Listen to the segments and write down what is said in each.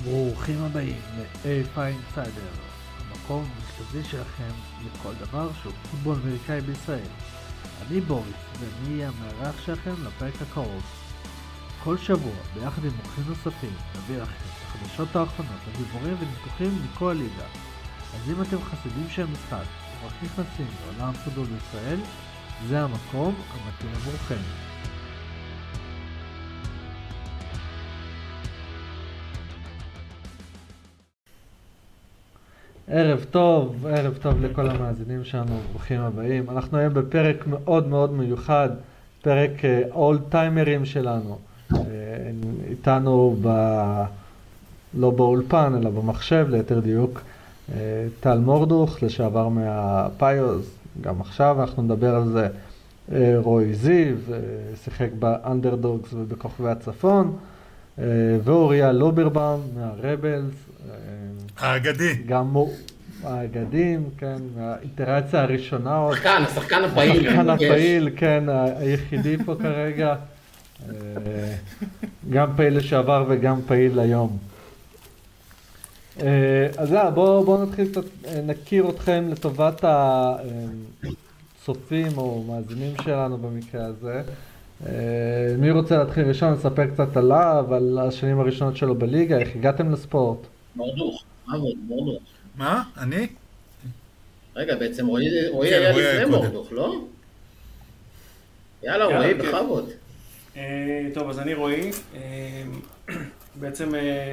ברוכים הבאים ל-AFI Insider, המקום המרכזי שלכם לכל דבר שהוא פוטבול אמריקאי בישראל. אני בוריס, ואני אהיה המארח שלכם לפרק הקרוב. כל שבוע, ביחד עם מומחים נוספים, נביא לכם את החדשות האחרונות, הדיבורים וניתוחים מכל הליגה. אז אם אתם חסידים של המשחק, ורק נכנסים לעולם פוטבול בישראל, זה המקום המתאים עבורכם. ערב טוב לכל המאזינים שלנו, ברוכים הבאים. אנחנו היום בפרק מאוד מאוד מיוחד, פרק אולד טיימרים שלנו. איתנו לא באולפן אלא במחשב ליתר דיוק, טל מורדוך, לשעבר מהפיוז, גם עכשיו אנחנו נדבר על זה. רוי זיו, שיחק באנדרדוגס ובכוכבי הצפון, ואוריה לוברבאום מהרבלס, האגדי. גם האגדים, כן, מהאינטראציה הראשונה. השחקן הפעיל. השחקן הפעיל, כן, היחידי פה כרגע. גם פעיל לשעבר וגם פעיל היום. אז בואו נתחיל קצת, נכיר אתכם לטובת הצופים או מאזינים שלנו במקרה הזה. מי רוצה להתחיל ראשון, לספר קצת עליו, על השנים הראשונות שלו בליגה, איך הגעתם לספורט? מורדוך. מה? אני? רגע, בעצם רועי היה לפני מורדוך, לא? יאללה, רועי, בכבוד. טוב, אז אני רועי. בעצם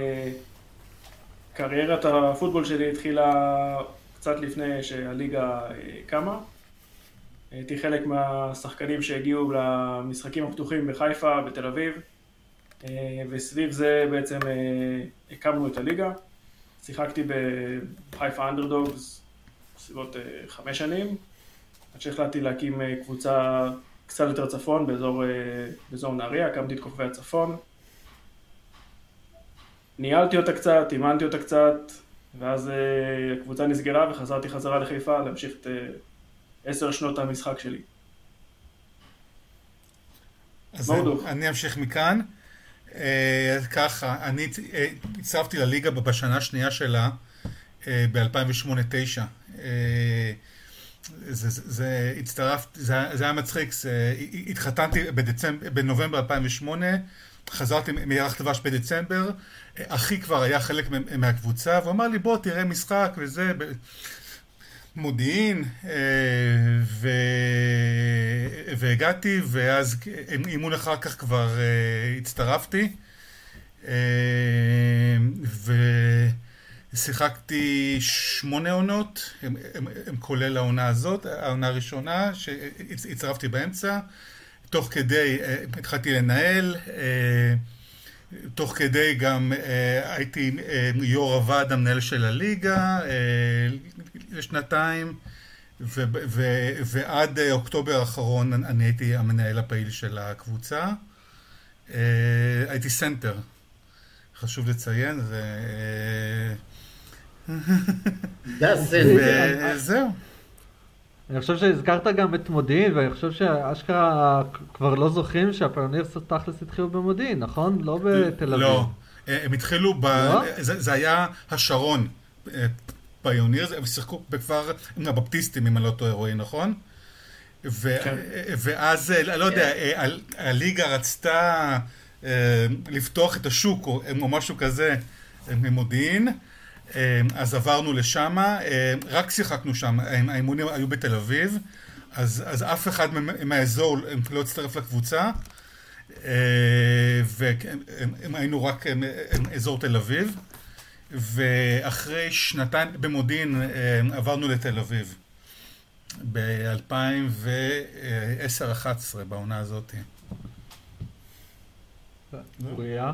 קריירת הפוטבול שלי התחילה קצת לפני שהליגה קמה. הייתי חלק מהשחקנים שהגיעו למשחקים הפתוחים בחיפה, בתל אביב, וסביב זה בעצם הקמנו את הליגה. שיחקתי בחיפה אנדרדוגס בסביבות 5 שנים, עד שהחלטתי להקים קבוצה קצת יותר צפון באזור נהריה, הקמתי את כוכבי הצפון. ניהלתי אותה קצת, אימנתי אותה קצת, ואז הקבוצה נסגרה וחזרתי חזרה לחיפה להמשיך את 10 שנות המשחק שלי. אז אני אמשיך מכאן. ככה, אני הצטרפתי לליגה בשנה השנייה שלה ב-2008-2009. זה היה מצחיק, התחתנתי בנובמבר 2008, חזרתי מירח דבש בדצמבר, אחי כבר היה חלק מהקבוצה, והוא אמר לי בוא תראה משחק וזה, מודיעין, והגעתי, ואז אימון אחר כך כבר הצטרפתי, ושיחקתי 8 עונות, הם כולל העונה הזאת, העונה הראשונה שהצטרפתי באמצע, תוך כדי התחלתי לנהל, תוך כדי גם הייתי יו"ר הוועד המנהל של הליגה לשנתיים, ועד אוקטובר האחרון אני הייתי המנהל הפעיל של הקבוצה. הייתי סנטר, חשוב לציין, וזהו. אני חושב שהזכרת גם את מודיעין, ואני חושב שאשכרה כבר לא זוכרים שהפיוניר תכלס התחילו במודיעין, נכון? לא בתל אביב. לא, הם התחילו, זה היה השרון, פיוניר, הם שיחקו בכפר הבפטיסטים, אם אני לא טועה, רועי, נכון? ואז, לא יודע, הליגה רצתה לפתוח את השוק, או משהו כזה, ממודיעין, אז עברנו לשם, רק שיחקנו שם, האימונים היו בתל אביב, אז אף אחד מהאזור לא הצטרף לקבוצה, והיינו רק אזור תל אביב, ואחרי שנתיים במודיעין עברנו לתל אביב, ב-2010-2011 בעונה הזאת. אוריה?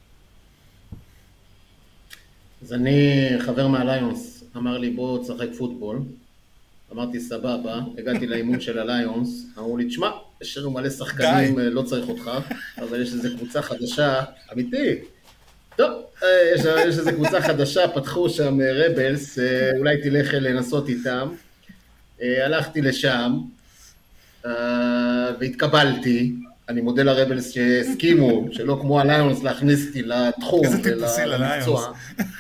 אז אני חבר מהליונס, אמר לי בוא תשחק פוטבול, אמרתי סבבה, הגעתי לאימון של הליונס, אמרו לי תשמע, יש לנו מלא שחקנים, לא צריך אותך, אבל יש איזו קבוצה חדשה, אמיתי, טוב, יש איזו קבוצה חדשה, פתחו שם רבלס, אולי תלך לנסות איתם, הלכתי לשם, והתקבלתי, אני מודה לרבלס שהסכימו, שלא כמו הליונס להכניס אותי לתחום ולמקצוע.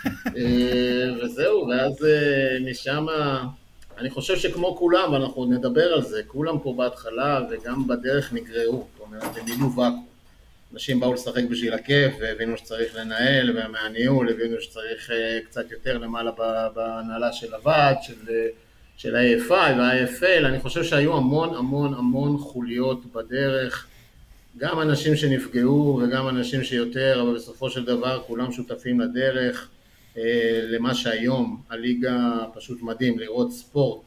וזהו, ואז משם, אני חושב שכמו כולם, ואנחנו נדבר על זה, כולם פה בהתחלה וגם בדרך נגרעו, זאת אומרת, הם מילאו ואקום. אנשים באו לשחק בשביל הכיף, והבינו שצריך לנהל, ומהניהול, הבינו שצריך קצת יותר למעלה בהנהלה של הוועד, של ה-AFI וה-AFL. אני חושב שהיו המון המון המון חוליות בדרך, גם אנשים שנפגעו וגם אנשים שיותר, אבל בסופו של דבר כולם שותפים לדרך, למה שהיום הליגה פשוט מדהים, לראות ספורט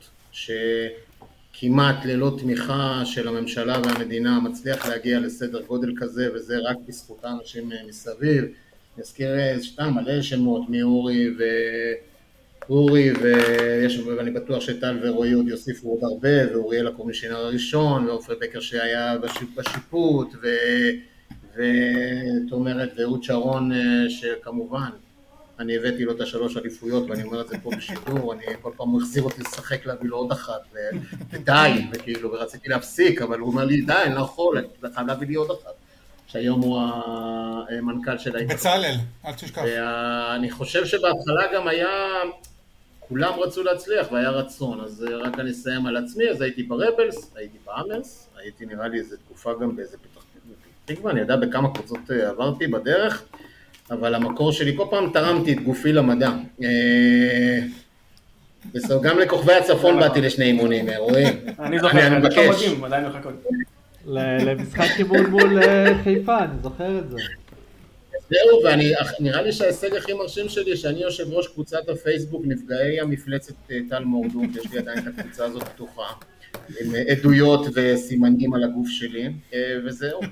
שכמעט ללא תמיכה של הממשלה והמדינה מצליח להגיע לסדר גודל כזה, וזה רק בזכות האנשים מסביב. נזכיר סתם מלא שמות מאורי ואני בטוח שטל ורועי עוד יוסיפו עוד הרבה, ואוריאל הקומישיונר הראשון, ועופר בקר שהיה בשיפוט, ותומרת ואהוד שרון שכמובן אני הבאתי לו את 3 אליפויות, ואני אומר את זה פה בשידור, אני כל פעם הוא החזיר אותי לשחק להביא לו עוד אחת, ודי, וכאילו, ורציתי להפסיק, אבל הוא אומר לי, די, אני לא יכול, אני חייב להביא לי עוד אחת, שהיום הוא המנכ"ל של ההתאחדות. בצלאל, אל תשכח. ואני חושב שבהתחלה גם היה, כולם רצו להצליח, והיה רצון, אז רק אני אסיים על עצמי, אז הייתי ברבלס, הייתי באמרס, הייתי נראה לי איזו תקופה גם באיזה פתח תקווה, אני יודע בכמה קבוצות עברתי בדרך, אבל המקור שלי, כל פעם תרמתי את גופי למדע. גם לכוכבי הצפון באתי לשני אימונים, רואים? אני זוכר, אני מבקש. עדיין מחכות. למשחק אימון מול חיפה, אני זוכר את זה. זהו, ונראה לי שההישג הכי מרשים שלי, שאני יושב ראש קבוצת הפייסבוק, נפגעי המפלצת טל מורדות, יש לי עדיין את הקבוצה הזאת פתוחה, עם עדויות וסימנים על הגוף שלי, וזהו.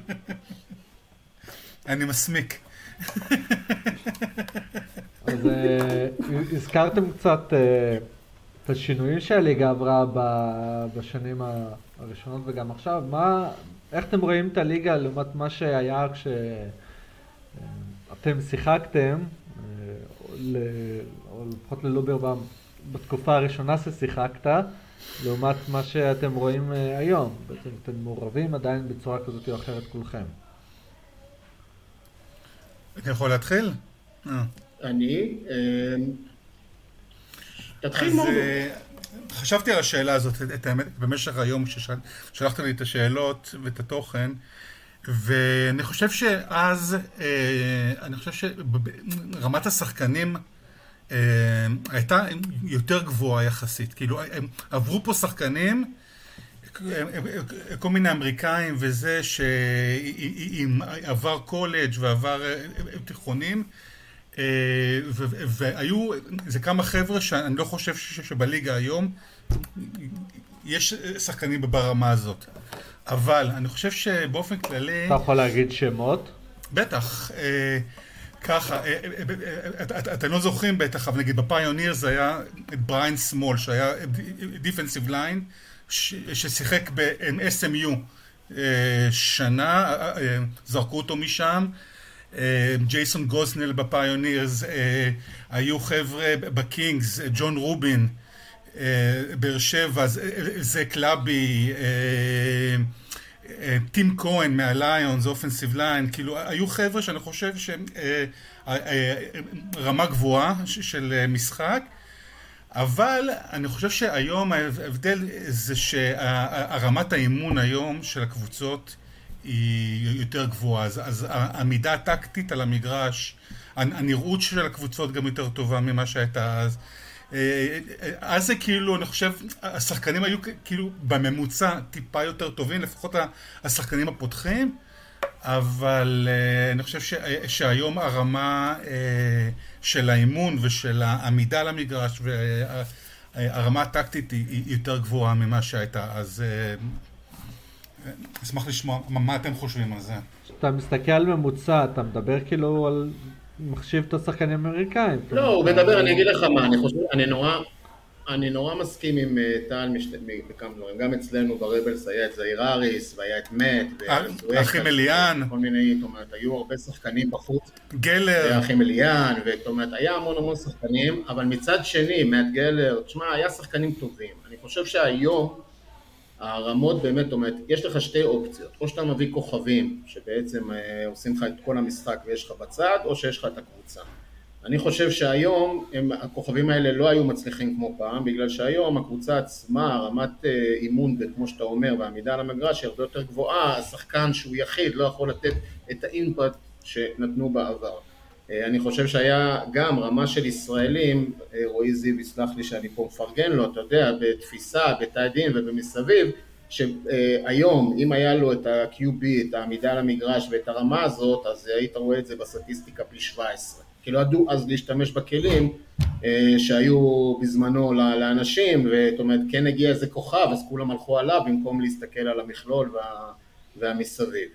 אני מסמיק. אז הזכרתם קצת את השינויים שהליגה עברה בשנים הראשונות וגם עכשיו. איך אתם רואים את הליגה לעומת מה שהיה כשאתם שיחקתם, או לפחות ללובר בתקופה הראשונה ששיחקת, לעומת מה שאתם רואים היום? בעצם אתם מעורבים עדיין בצורה כזאת או אחרת כולכם. אתה יכול להתחיל? אני... תתחיל מאוד. חשבתי על השאלה הזאת, את האמת, במשך היום ששלחת לי את השאלות ואת התוכן, ואני חושב שאז, אני חושב שרמת השחקנים הייתה יותר גבוהה יחסית. כאילו, עברו פה שחקנים, כל מיני אמריקאים וזה שעבר קולג' ועבר תיכונים, והיו, זה כמה חבר'ה שאני לא חושב שבליגה היום יש שחקנים ברמה הזאת. אבל אני חושב שבאופן כללי... אתה יכול להגיד שמות? בטח. ככה, אתם לא זוכרים בטח, אבל נגיד בפיוניר זה היה את בריין סמול, שהיה דיפנסיב ליין, ששיחק ב-SMU שנה, זרקו אותו משם. ג'ייסון גוזנל בפיונירס, היו חבר'ה בקינגס, ג'ון רובין, באר שבע, זה קלאבי, טים כהן מהליונס, אופנסיב ליין, כאילו היו חבר'ה שאני חושב שהם רמה גבוהה של משחק, אבל אני חושב שהיום ההבדל זה שהרמת האימון היום של הקבוצות היא יותר גבוהה, אז העמידה הטקטית על המגרש, הנראות של הקבוצות גם יותר טובה ממה שהייתה אז. אז זה כאילו, אני חושב, השחקנים היו כאילו בממוצע טיפה יותר טובים, לפחות השחקנים הפותחים, אבל אני חושב שהיום הרמה של האימון ושל העמידה על המגרש והרמה הטקטית היא יותר גבוהה ממה שהייתה, אז אשמח לשמוע מה אתם חושבים על זה. כשאתה מסתכל על ממוצע, אתה מדבר כאילו על מחשיב את השחקנים האמריקאים. לא, הוא מדבר, אני אגיד לך מה, אני נורא מסכים עם טל בכמה דברים, גם אצלנו ברבלס היה את זעיר אריס, והיה את מאט, אחים אליאן, כל מיני, זאת אומרת, היו הרבה שחקנים בחוץ, גלר, אחים אליאן, זאת אומרת, היה המון שחקנים, אבל מצד שני, מאט גלר, תשמע, היה שחקנים טובים, אני חושב שהיום, הרמות באמת, זאת אומרת, יש לך שתי אופציות, או שאתה מביא כוכבים שבעצם עושים לך את כל המשחק ויש לך בצד, או שיש לך את הקבוצה. אני חושב שהיום הכוכבים האלה לא היו מצליחים כמו פעם, בגלל שהיום הקבוצה עצמה, רמת אימון, כמו שאתה אומר, והעמידה על המגרש היא הרבה יותר גבוהה, השחקן שהוא יחיד לא יכול לתת את האינפוט שנתנו בעבר. אני חושב שהיה גם רמה של ישראלים, רועי זיו יסלח לי שאני פה מפרגן לו, אתה יודע, בתפיסה, בתעדים ובמסביב, שהיום אם היה לו את ה-QB, את העמידה על המגרש ואת הרמה הזאת, אז היית רואה את זה בסטטיסטיקה פי 17. כי לא ידעו אז להשתמש בכלים שהיו בזמנו לאנשים, זאת אומרת כן הגיע איזה כוכב, אז כולם הלכו עליו במקום להסתכל על המכלול והמסביב.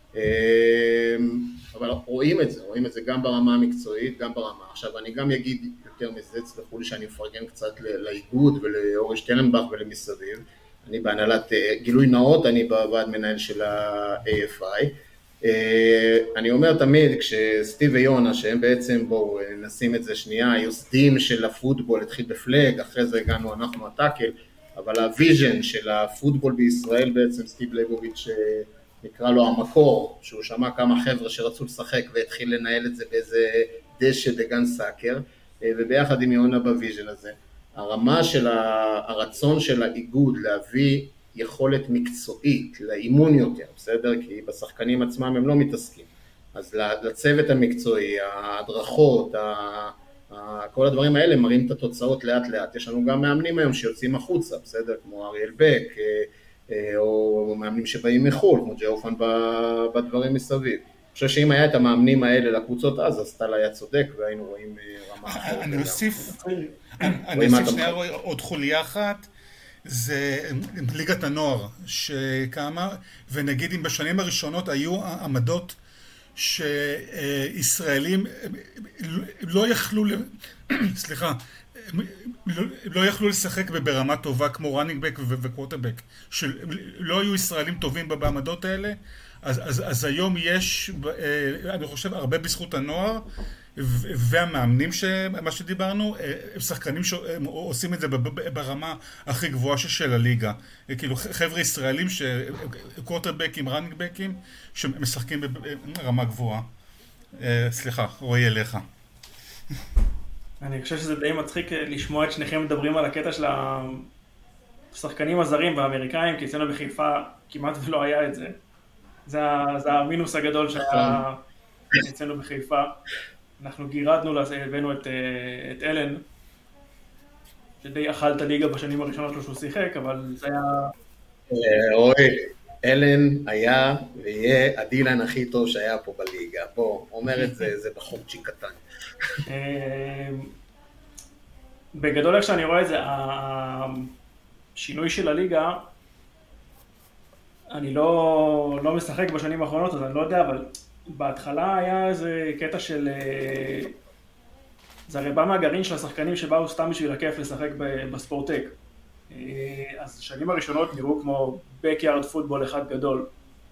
אבל רואים את זה גם ברמה המקצועית, גם ברמה. עכשיו אני גם אגיד יותר מזה, צלחו לי שאני מפרגן קצת לאיגוד ולאורי שטרנבך ולמסביב. אני בהנהלת גילוי נאות, אני בוועד מנהל של ה-AFI. אני אומר תמיד, כשסטיב ויונה, שהם בעצם, בואו נשים את זה שנייה, היוסדים של הפוטבול, התחיל בפלג, אחרי זה הגענו אנחנו הטאקל, אבל הוויז'ן של הפוטבול בישראל בעצם, סטיב ליבוביץ' נקרא לו המקור, שהוא שמע כמה חבר'ה שרצו לשחק והתחיל לנהל את זה באיזה דשא בגן סאקר, וביחד עם יונה בוויז'ן הזה. הרמה של הרצון של האיגוד להביא יכולת מקצועית, לאימון יותר, בסדר? כי בשחקנים עצמם הם לא מתעסקים. אז לצוות המקצועי, ההדרכות, כל הדברים האלה מראים את התוצאות לאט לאט. יש לנו גם מאמנים היום שיוצאים החוצה, בסדר? כמו אריאל בק, או מאמנים שבאים מחול, כמו ג'אופן בדברים מסביב. אני חושב שאם היה את המאמנים האלה לקבוצות אז טל היה צודק והיינו רואים רמה. אני אוסיף שנייה עוד חוליה אחת, זה ליגת הנוער שקמה, ונגיד אם בשנים הראשונות היו עמדות שישראלים לא יכלו, סליחה, לא יכלו לשחק ברמה טובה כמו running back וקווטרבק, שלא היו ישראלים טובים בעמדות האלה, אז היום יש, אני חושב, הרבה בזכות הנוער, והמאמנים מה שדיברנו, שחקנים שעושים את זה ברמה הכי גבוהה של הליגה. כאילו חבר'ה ישראלים, קווטרבקים, running back'ים, שמשחקים ברמה גבוהה. סליחה, רועי אליך. אני חושב שזה די מצחיק לשמוע את שניכם מדברים על הקטע של השחקנים הזרים והאמריקאים, כי אצלנו בחיפה כמעט ולא היה את זה. זה המינוס הגדול שהיה אצלנו בחיפה. אנחנו גירדנו, הבאנו את אלן, שדי אכל את הליגה בשנים הראשונות שלו שהוא שיחק, אבל זה היה... רועי, אלן היה ויהיה הדילן הכי טוב שהיה פה בליגה. בוא, אומר את זה, זה בחורצ'יק קטן. בגדול איך שאני רואה את זה, השינוי של הליגה, אני לא משחק בשנים האחרונות, אז אני לא יודע, אבל בהתחלה היה איזה קטע של... זה הרי בא מהגרעין של השחקנים שבאו סתם בשביל הכיף לשחק בספורטק. אז השנים הראשונות נראו כמו בקיארד פוטבול אחד גדול.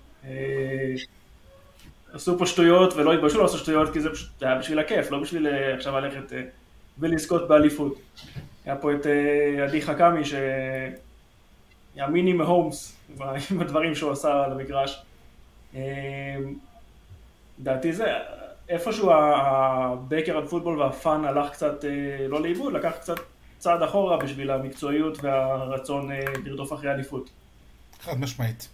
עשו פה שטויות ולא התביישו לעשות שטויות, כי זה פשוט היה בשביל הכיף, לא בשביל עכשיו ללכת ולזכות באליפות. היה פה את עדי חכמי שהיה מיני מהומס עם הדברים שהוא עשה על המגרש. דעתי זה, איפשהו הבקר פוטבול והפאן הלך קצת לא לאיבוד, לקח קצת צעד אחורה בשביל המקצועיות והרצון לרדוף אחרי אליפות. חד משמעית.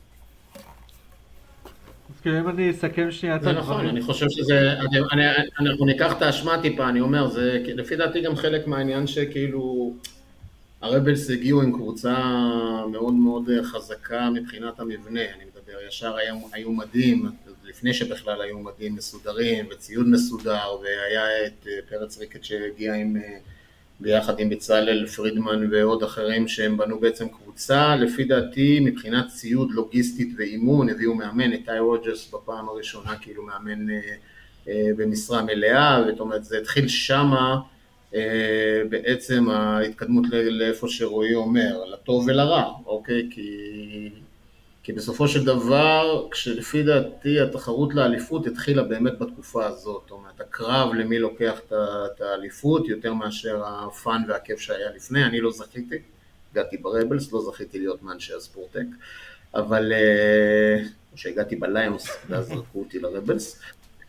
אז כאילו אם אני אסכם שנייה את זה נכון, אני חושב שזה, אנחנו ניקח את האשמה טיפה, אני אומר, זה לפי דעתי גם חלק מהעניין שכאילו הרבלס הגיעו עם קבוצה מאוד מאוד חזקה מבחינת המבנה, אני מדבר, ישר היו מדים, לפני שבכלל היו מדים מסודרים וציוד מסודר, והיה את פרץ ריקט שהגיע ביחד עם בצלאל פרידמן ועוד אחרים שהם בנו בעצם קבוצה, לפי דעתי מבחינת ציוד לוגיסטית ואימון, הביאו מאמן, את טי רוג'רס בפעם הראשונה כאילו מאמן במשרה מלאה, זאת אומרת זה התחיל שמה בעצם ההתקדמות לאיפה שרועי אומר, לטוב ולרע, אוקיי? כי בסופו של דבר, כשלפי דעתי התחרות לאליפות התחילה באמת בתקופה הזאת, זאת אומרת, הקרב למי לוקח את האליפות, יותר מאשר הפאן והכיף שהיה לפני, אני לא זכיתי, הגעתי ברבלס, לא זכיתי להיות מאנשי הספורטק, אבל שהגעתי בליונס, ואז זרקו אותי לרבלס,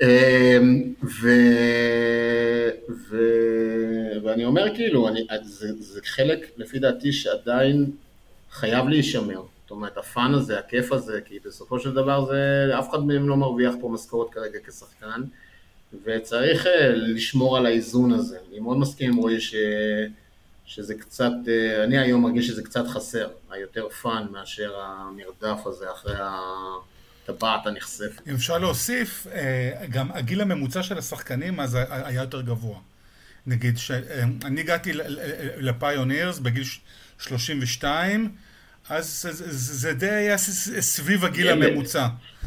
ואני אומר כאילו, זה חלק לפי דעתי שעדיין חייב להישמר, זאת אומרת הפאן הזה, הכיף הזה, כי בסופו של דבר אף אחד מהם לא מרוויח פה משכורת כרגע כשחקן, וצריך לשמור על האיזון הזה. אני מאוד מסכים עם רועי שזה קצת, אני היום מרגיש שזה קצת חסר, היותר פאן מאשר המרדף הזה אחרי הטבעת הנחשפת. אם אפשר להוסיף, גם הגיל הממוצע של השחקנים אז היה יותר גבוה. נגיד שאני הגעתי לפיונירס בגיל 32, אז זה די היה סביב הגיל הממוצע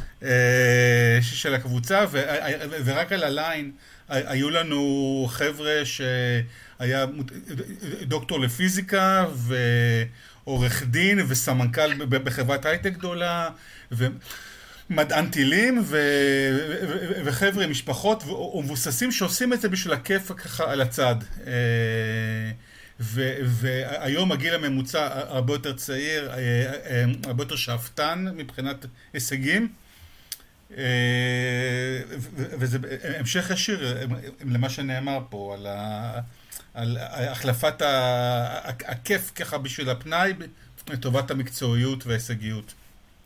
של הקבוצה, ורק על הליין היו לנו חבר'ה שהיה דוקטור לפיזיקה ועורך דין וסמנכ"ל בחברת הייטק גדולה ומדען טילים וחבר'ה משפחות ומבוססים שעושים את זה בשביל הכיף ככה על הצד. והיום הגיל הממוצע הרבה יותר צעיר, הרבה יותר שאפתן מבחינת הישגים, וזה המשך ישיר למה שנאמר פה על החלפת הכיף ככה בשביל הפנאי לטובת המקצועיות וההישגיות.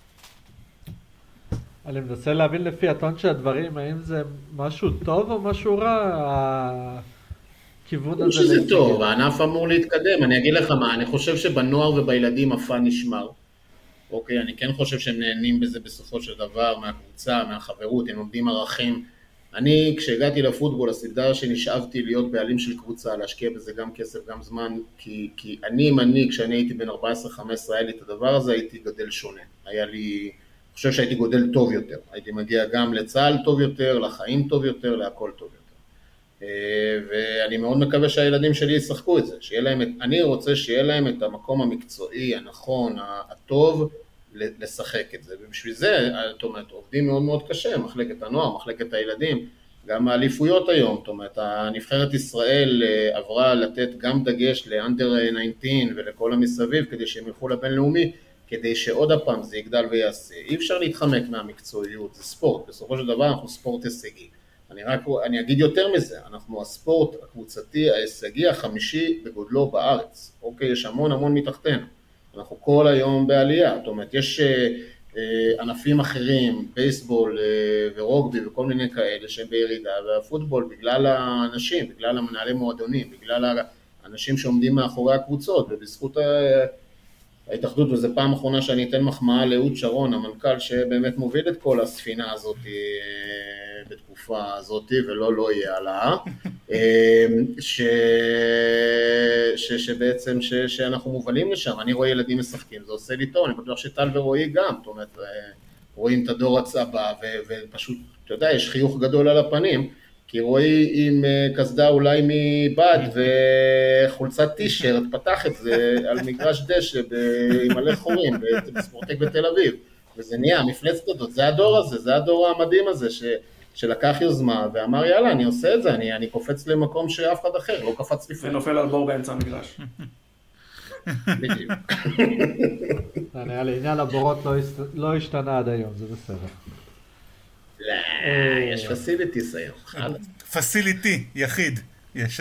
אני מנסה להבין לפי הטון של הדברים, האם זה משהו טוב או משהו רע? כיוון הזה שזה טוב, הענף אמור להתקדם, אני אגיד לך מה, אני חושב שבנוער ובילדים הפאן נשמר, אוקיי, אני כן חושב שהם נהנים בזה בסופו של דבר, מהקבוצה, מהחברות, הם לומדים ערכים, אני כשהגעתי לפוטבול, הסיבה שנשאבתי להיות בעלים של קבוצה, להשקיע בזה גם כסף, גם זמן, כי אני, כשאני הייתי בין 14-15, היה לי את הדבר הזה, הייתי גדל שונה, היה לי, אני חושב שהייתי גודל טוב יותר, הייתי מגיע גם לצהל טוב יותר, לחיים טוב יותר, להכל טוב יותר. ואני מאוד מקווה שהילדים שלי ישחקו את זה, אני רוצה שיהיה להם את המקום המקצועי, הנכון, הטוב, לשחק את זה, ובשביל זה, זאת אומרת, עובדים מאוד מאוד קשה, מחלקת הנוער, מחלקת הילדים, גם האליפויות היום, זאת אומרת, הנבחרת ישראל עברה לתת גם דגש לאנדר 19 ולכל המסביב, כדי שהם ילכו לבינלאומי, כדי שעוד הפעם זה יגדל ויעשה, אי אפשר להתחמק מהמקצועיות, זה ספורט, בסופו של דבר אנחנו ספורט הישגי, אני אגיד יותר מזה, אנחנו הספורט הקבוצתי ההישגי החמישי בגודלו בארץ, אוקיי, יש המון מתחתנו, אנחנו כל היום בעלייה, זאת אומרת, יש ענפים אחרים, בייסבול ורוגבי וכל מיני כאלה שהם בירידה, והפוטבול בגלל האנשים, בגלל המנהלי מועדונים, בגלל האנשים שעומדים מאחורי הקבוצות, ובזכות ההתאחדות, וזו פעם אחרונה שאני אתן מחמאה לאהוד שרון, המנכ"ל שבאמת מוביל את כל הספינה הזאת בתקופה הזאת, ולא לא יהיה עליה, שבעצם שאנחנו מובלים לשם, אני רואה ילדים משחקים, זה עושה לי טוב, אני בטוח שטל ורועי גם, זאת אומרת, רואים את הדור הצבא, ופשוט, אתה יודע, יש חיוך גדול על הפנים, כי רועי עם כסדה אולי מבד וחולצת טישרט, פתח את זה על מגרש דשא עם מלא חורים בספורטק בתל אביב, וזה נהיה מפלצת הזאת, זה הדור הזה, זה הדור המדהים הזה שלקח יוזמה ואמר יאללה אני עושה את זה, אני קופץ למקום שאף אחד אחר לא קפץ לפני. ונופל על בור באמצע המגרש. בדיוק. נראה לי, עניין הבורות לא השתנה עד היום, זה בסדר. לא, יש פסיליטיס היום. פסיליטי, יחיד. יש.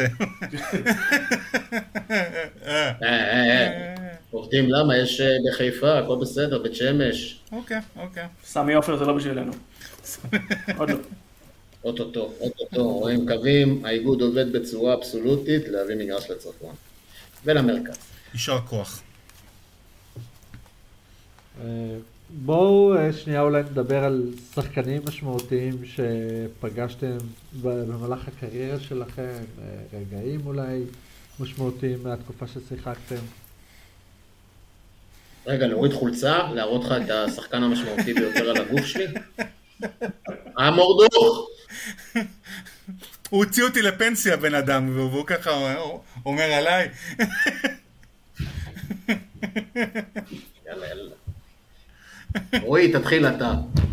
עובדים למה? יש בחיפה, הכל בסדר, בית שמש. אוקיי. סמי עופר זה לא בשבילנו. עוד לא. אוטוטו, רואים קווים, האיגוד עובד בצורה אבסולוטית להביא מגרש לצפון ולמרכז. יישר כוח. בואו שנייה אולי נדבר על שחקנים משמעותיים שפגשתם במהלך הקריירה שלכם, רגעים אולי משמעותיים מהתקופה ששיחקתם. רגע, להוריד חולצה, להראות לך את השחקן המשמעותי ביותר על הגוף שלי. המורדוך! הוא הוציא אותי לפנסיה בן אדם, והוא ככה אומר עליי. יאללה. רועי, תתחיל אתה.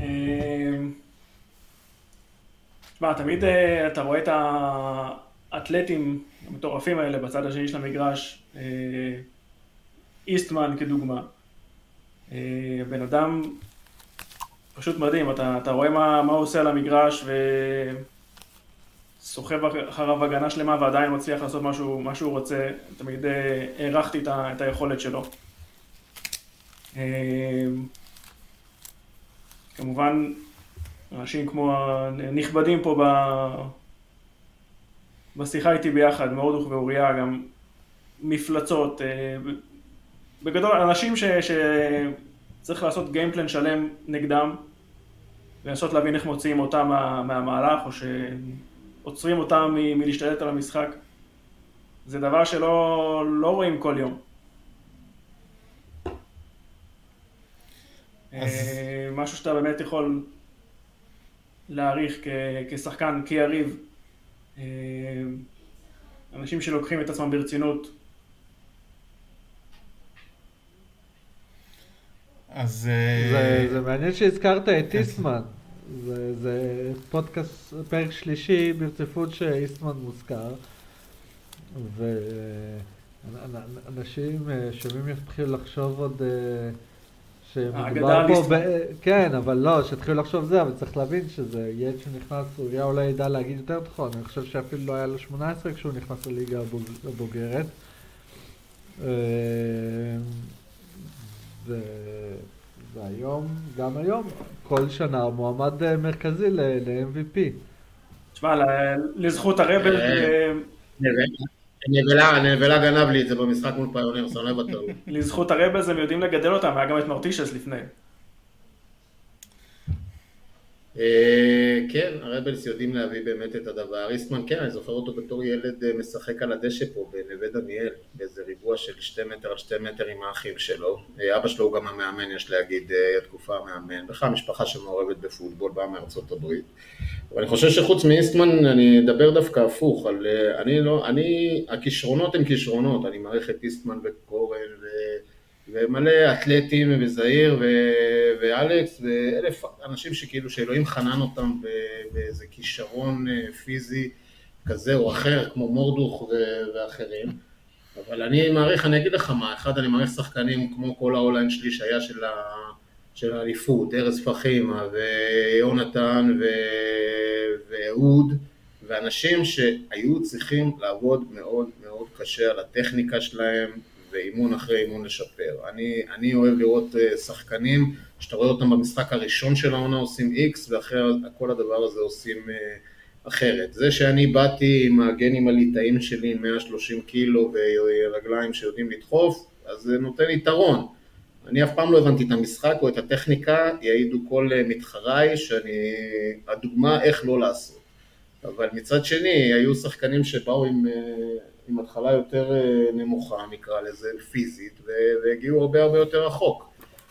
תשמע, תמיד אתה רואה את האתלטים המטורפים האלה בצד השני של המגרש, איסטמן כדוגמה. בן אדם פשוט מדהים, אתה רואה מה הוא עושה על המגרש וסוחב אחריו הגנה שלמה ועדיין מצליח לעשות מה שהוא רוצה. תמיד הערכתי את היכולת שלו. כמובן, אנשים כמו הנכבדים פה בשיחה איתי ביחד, מורדוך ואוריה, גם מפלצות. בגדול, אנשים שצריך לעשות גיימפלן שלם נגדם, ולנסות להבין איך מוציאים אותם מהמהלך, או שעוצרים אותם מלהשתלט על המשחק. זה דבר שלא רואים כל יום. משהו שאתה באמת יכול להעריך כשחקן, כיריב. אנשים שלוקחים את עצמם ברצינות. אז זה מעניין שהזכרת את איסטמן. זה פודקאסט, פרק שלישי ברציפות שאיסטמן מוזכר. ואנשים שומעים יתחילו לחשוב עוד שמדובר פה כן, אבל לא, שהתחילו לחשוב זה, אבל צריך להבין שזה ילד שנכנס, אוריה אולי ידע להגיד יותר נכון, אני חושב שאפילו לא היה לו 18 כשהוא נכנס לליגה הבוגרת. והיום, גם היום, כל שנה הוא מועמד מרכזי ל-MVP. תשמע, לזכות הרבל... נבלה גנב לי את זה במשחק מול פיונרס, אני לא בטוח. לזכות הרבלס הם יודעים לגדל אותם, היה גם את מרטישס לפני. כן, הרבלס יודעים להביא באמת את הדבר. איסטמן, כן, אני זוכר אותו בתור ילד משחק על הדשא פה בנווה דניאל, באיזה ריבוע של 2 מטר על 2 מטר עם האחים שלו. אבא שלו הוא גם המאמן, יש להגיד, התקופה המאמן. בכלל משפחה שמעורבת בפוטבול, באה מארצות הברית. אבל אני חושב שחוץ מאיסטמן אני אדבר דווקא הפוך, הכישרונות הם כישרונות, אני מעריך את איסטמן וקורן ומלא אתלטים וזהיר ואלכס ואלף אנשים שכאילו שאלוהים חנן אותם באיזה כישרון פיזי כזה או אחר, כמו מורדוך ואחרים. אבל אני מעריך, אני אגיד לך מה, אחד אני מעריך שחקנים כמו כל האוליין שלי שהיה של האליפות, ארז פחימה ויונתן ואהוד, ואנשים שהיו צריכים לעבוד מאוד מאוד קשה על הטכניקה שלהם, ואימון אחרי אימון לשפר. אני אוהב לראות שחקנים שאתה רואה אותם במשחק הראשון של העונה עושים X, ואחרי כל הדבר הזה עושים אחרת. זה שאני באתי עם הגנים הליטאים שלי עם 130 קילו ורגליים שיודעים לדחוף, אז זה נותן יתרון. אני אף פעם לא הבנתי את המשחק או את הטכניקה, יעידו כל מתחריי שאני הדוגמה איך לא לעשות. אבל מצד שני, היו שחקנים שבאו עם התחלה יותר נמוכה, נקרא לזה, פיזית, והגיעו הרבה יותר רחוק.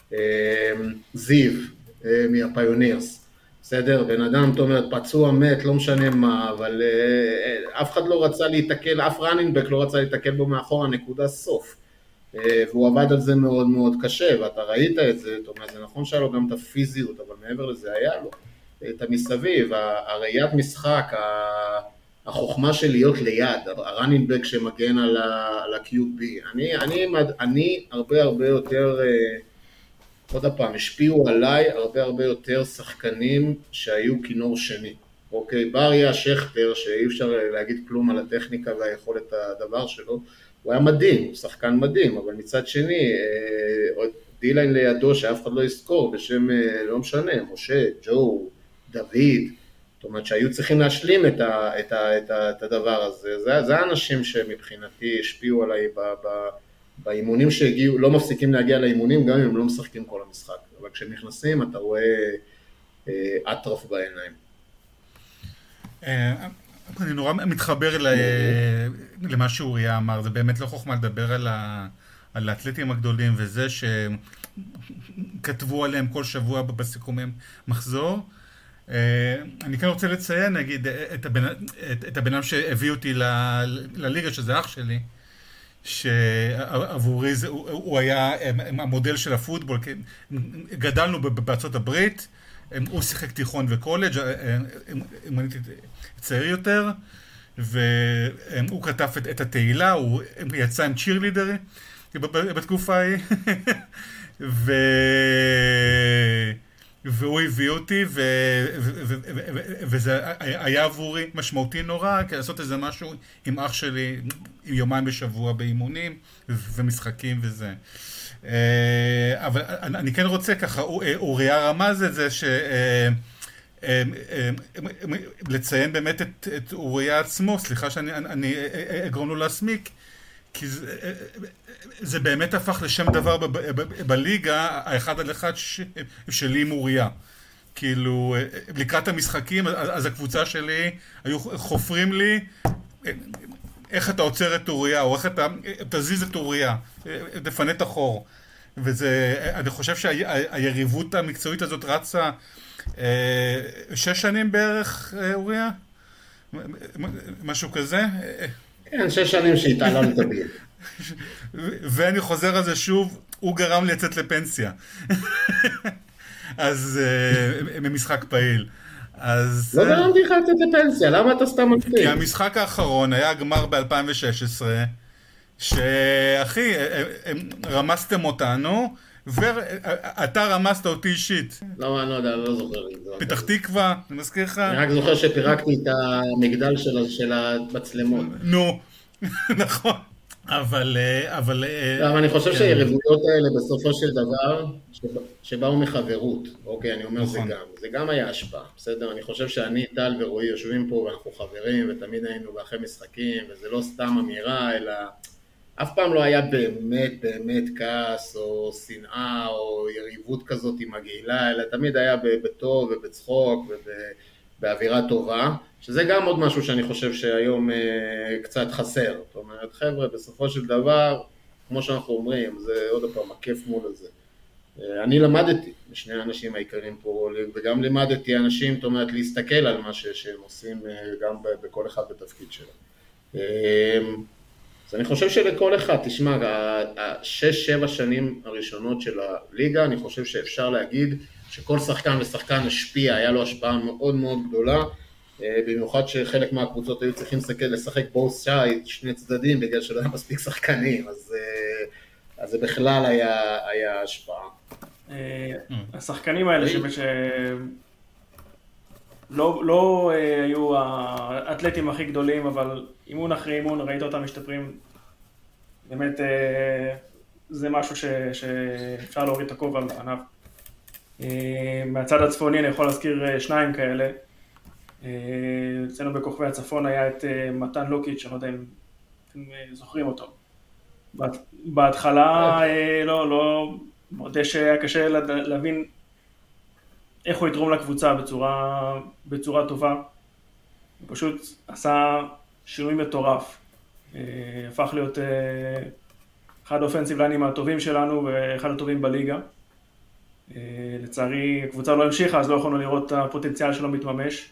זיו, מהפיונירס, בסדר? בן אדם, זאת אומרת, פצוע מת, לא משנה מה, אבל אף אחד לא רצה להתקל, אף רנינגבק לא רצה להתקל בו מאחור, הנקודה סוף. והוא עבד על זה מאוד מאוד קשה, ואתה ראית את זה, זאת אומרת, זה נכון שהיה לו גם את הפיזיות, אבל מעבר לזה היה לו. את המסביב, הראיית משחק, החוכמה של להיות ליד, הרנינגבק שמגן על ה-QB, אני הרבה יותר, עוד הפעם, השפיעו עליי הרבה יותר שחקנים שהיו כינור שני. אוקיי, בריה, שכטר, שאי אפשר להגיד כלום על הטכניקה והיכולת הדבר שלו, הוא היה מדהים, הוא שחקן מדהים, אבל מצד שני, עוד דיליין לידו שאף אחד לא יזכור, בשם, לא משנה, משה, ג'ו, דוד, זאת אומרת שהיו צריכים להשלים את הדבר הזה. זה האנשים שמבחינתי השפיעו עליי באימונים שהגיעו, לא מפסיקים להגיע לאימונים גם אם הם לא משחקים כל המשחק, אבל כשהם נכנסים אתה רואה אטרף בעיניים. אני נורא מתחבר למה שאוריה אמר, זה באמת לא חוכמה לדבר על האתלטים הגדולים וזה שכתבו עליהם כל שבוע בסיכומי מחזור. אני כאן רוצה לציין, נגיד, את הבן אדם שהביא אותי לליגה, שזה אח שלי, שעבורי הוא היה המודל של הפוטבול, גדלנו בארצות הברית, הוא שיחק תיכון וקולג', אם אני צעיר יותר, והוא כתב את התהילה, הוא יצא עם צ'ירלידר, בתקופה ההיא. והוא הביא אותי, וזה היה עבורי משמעותי נורא, כי לעשות איזה משהו עם אח שלי, יומיים בשבוע באימונים ומשחקים וזה. אבל אני כן רוצה ככה, אוריה רמז את זה, לציין באמת את אוריה עצמו, סליחה שאני אגרום לו להסמיק, כי זה באמת הפך לשם דבר בליגה, האחד על אחד שלי עם אוריה. כאילו, לקראת המשחקים, אז הקבוצה שלי היו חופרים לי, איך אתה עוצר את אוריה, או איך אתה תזיז את אוריה, תפנה את החור. וזה, אני חושב שהיריבות המקצועית הזאת רצה 6 שנים בערך, אוריה? משהו כזה? כן, 6 שנים שהתעלה לתביע. ואני חוזר על זה שוב, הוא גרם לי לצאת לפנסיה. אז ממשחק פעיל. אז לא גרמתי לך לצאת לפנסיה, למה אתה סתם מפתיע? כי המשחק האחרון היה גמר ב-2016, שאחי, רמסתם אותנו, ואתה רמסת אותי אישית. לא, אני לא יודע, אני לא זוכר. פתח תקווה, אני מזכיר לך? אני רק זוכר שפירקתי את המגדל של המצלמות. נו, נכון. אבל אני חושב שהיריבויות האלה בסופו של דבר שבאו מחברות, אוקיי, אני אומר זה גם היה השפעה, בסדר? אני חושב שאני, טל ורועי יושבים פה ואנחנו חברים ותמיד היינו באחרי משחקים, וזה לא סתם אמירה, אלא אף פעם לא היה באמת כעס או שנאה או יריבות כזאת עם מגעילה, אלא תמיד היה בטוב ובצחוק ובאווירה טובה, שזה גם עוד משהו שאני חושב שהיום קצת חסר. זאת אומרת, חבר'ה, בסופו של דבר, כמו שאנחנו אומרים, זה עוד פעם הכיף מול הזה. אני למדתי משני האנשים העיקריים פה, וגם למדתי אנשים, זאת אומרת, להסתכל על מה שהם עושים גם בכל אחד בתפקיד שלהם. אז אני חושב שלכל אחד, תשמע, 6-7 שנים הראשונות של הליגה, אני חושב שאפשר להגיד שכל שחקן ושחקן השפיע, היה לו השפעה מאוד מאוד גדולה, במיוחד שחלק מהקבוצות היו צריכים לשחק בוס שי, 2 צדדים, בגלל שלא היה מספיק שחקנים, אז זה בכלל היה השפעה. השחקנים האלה לא היו האתלטים הכי גדולים, אבל אימון אחרי אימון ראית אותם משתפרים. באמת זה משהו שאפשר להוריד את הכובע בפניו. מהצד הצפוני אני יכול להזכיר 2 כאלה. אצלנו בכוכבי הצפון היה את מתן לוקיץ', שאני לא יודע אם אתם זוכרים אותו. בהתחלה לא מודה שהיה קשה להבין איך הוא יתרום לקבוצה בצורה טובה. הוא פשוט עשה שינוי מטורף. הפך להיות אחד האופנסיב ליינרים הטובים שלנו ואחד הטובים בליגה. לצערי הקבוצה לא המשיכה, אז לא יכולנו לראות את הפוטנציאל שלו מתממש.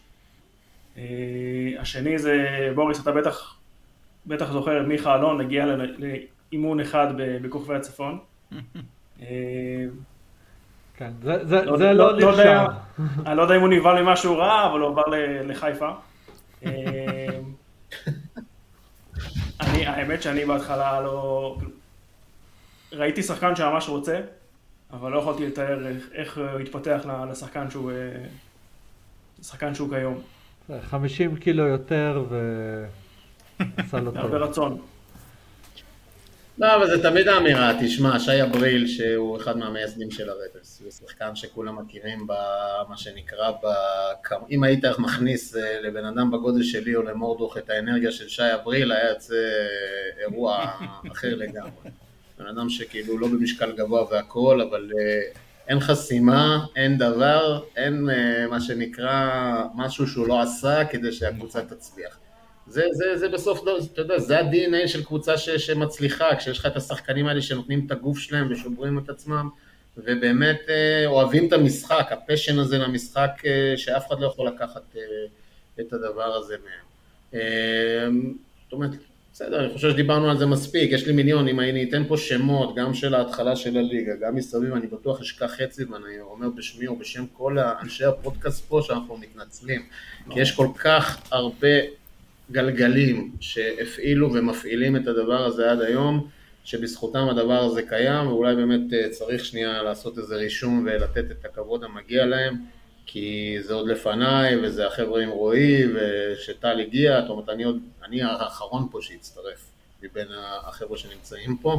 השני זה בוריס, אתה בטח זוכר, מיכה אלון הגיע לאימון אחד בכוכבי הצפון. כן, זה לא נרשם. אני לא יודע אם הוא נבהל ממשהו רע, אבל הוא עבר לחיפה. האמת שאני בהתחלה לא... ראיתי שחקן שממש רוצה, אבל לא יכולתי לתאר איך הוא התפתח לשחקן שהוא כיום. 50 קילו יותר ועשה לו טוב. הרבה רצון. לא, אבל זה תמיד האמירה, תשמע, שי אבריל שהוא אחד מהמייסדים של הרדס, הוא שחקן שכולם מכירים במה שנקרא, אם היית מכניס לבן אדם בגודל שלי או למורדוך את האנרגיה של שי אבריל, היה יוצא אירוע אחר לגמרי. בן אדם שכאילו לא במשקל גבוה והכל, אבל אין חסימה, אין דבר, אין מה שנקרא משהו שהוא לא עשה כדי שהקבוצה תצליח. זה בסוף, אתה יודע, זה ה-DNA של קבוצה שמצליחה, כשיש לך את השחקנים האלה שנותנים את הגוף שלהם ושוברים את עצמם, ובאמת אוהבים את המשחק, הפשן הזה למשחק, שאף אחד לא יכול לקחת את הדבר הזה מהם. זאת אומרת, בסדר, אני חושב שדיברנו על זה מספיק, יש לי מיליון, אם אני אתן פה שמות, גם של ההתחלה של הליגה, גם מסביב, אני בטוח אשכח חצי, ואני אומר בשמי או בשם כל אנשי הפודקאסט פה, שאנחנו מתנצלים, כי יש כל כך הרבה גלגלים שהפעילו ומפעילים את הדבר הזה עד היום, שבזכותם הדבר הזה קיים, ואולי באמת צריך שנייה לעשות איזה רישום ולתת את הכבוד המגיע להם, כי זה עוד לפניי, וזה החבר'ה עם רועי, ושטל הגיע, זאת אומרת, אני האחרון פה שהצטרף מבין החבר'ה שנמצאים פה,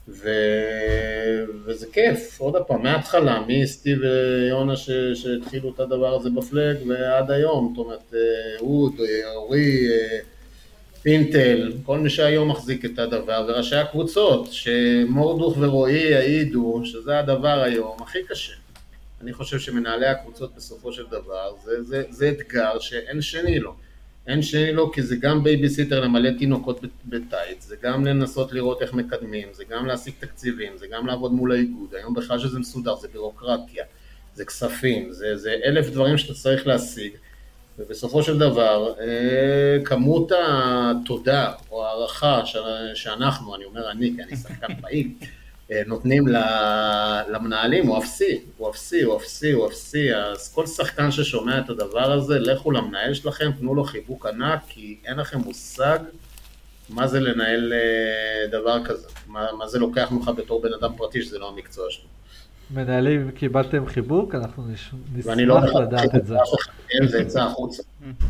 וזה כיף, עוד הפעם, מההתחלה, מסטיב ויונה שהתחילו את הדבר הזה בפלג, ועד היום, זאת אומרת, אורי, פינטל, כל מי שהיום מחזיק את הדבר, וראשי הקבוצות, שמורדוך ורועי העידו, שזה הדבר היום הכי קשה. אני חושב שמנהלי הקבוצות בסופו של דבר, זה אתגר שאין שני לו. אין שני לו כי זה גם בייביסיטר למלא תינוקות בטייץ, זה גם לנסות לראות איך מקדמים, זה גם להשיג תקציבים, זה גם לעבוד מול האיגוד. היום בכלל שזה מסודר, זה בירוקרטיה, זה כספים, זה 1000 דברים שאתה צריך להשיג. ובסופו של דבר, כמות התודה או הערכה שאנחנו, אני אומר אני, כי אני שחקן פעיל, נותנים למנהלים, הוא אפסי, אז כל שחקן ששומע את הדבר הזה, לכו למנהל שלכם, תנו לו חיבוק ענק, כי אין לכם מושג מה זה לנהל דבר כזה, מה זה לוקח ממך בתור בן אדם פרטי, שזה לא המקצוע שלו. מנהלים, קיבלתם חיבוק, אנחנו ואני לא נשמח לדעת את זה. זה יצא החוצה.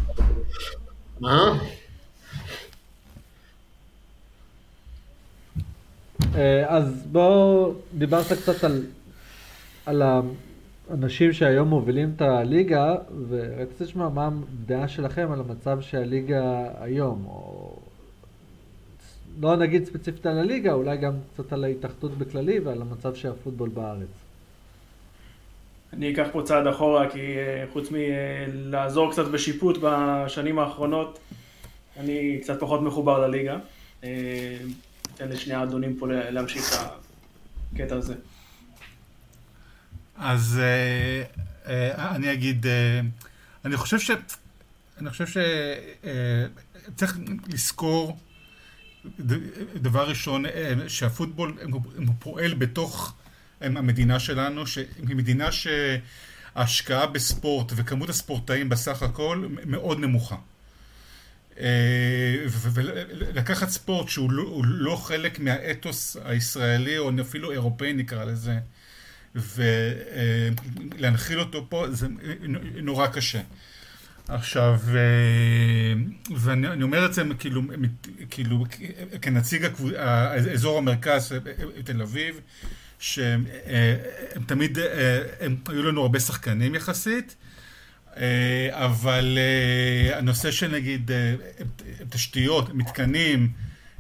מה? אז בואו, דיברת קצת על האנשים שהיום מובילים את הליגה, ורציתי לשמוע מה הדעה שלכם על המצב שהליגה היום, או לא נגיד ספציפית על הליגה, אולי גם קצת על ההתאחדות בכללי ועל המצב של הפוטבול בארץ. אני אקח פה צעד אחורה, כי חוץ מלעזור קצת בשיפוט בשנים האחרונות, אני קצת פחות מחובר לליגה. אתן לשני האדונים פה להמשיך את הקטע הזה. אז אני אגיד, אני חושב שצריך לזכור דבר ראשון, שהפוטבול פועל בתוך המדינה שלנו, היא מדינה שההשקעה בספורט וכמות הספורטאים בסך הכל מאוד נמוכה. ולקחת ספורט שהוא לא חלק מהאתוס הישראלי או אפילו אירופאי נקרא לזה, ולהנחיל אותו פה זה נורא קשה. עכשיו, ואני אומר את זה כאילו כנציג אזור המרכז תל אביב, שהם תמיד, היו לנו הרבה שחקנים יחסית, אבל הנושא של נגיד תשתיות, מתקנים,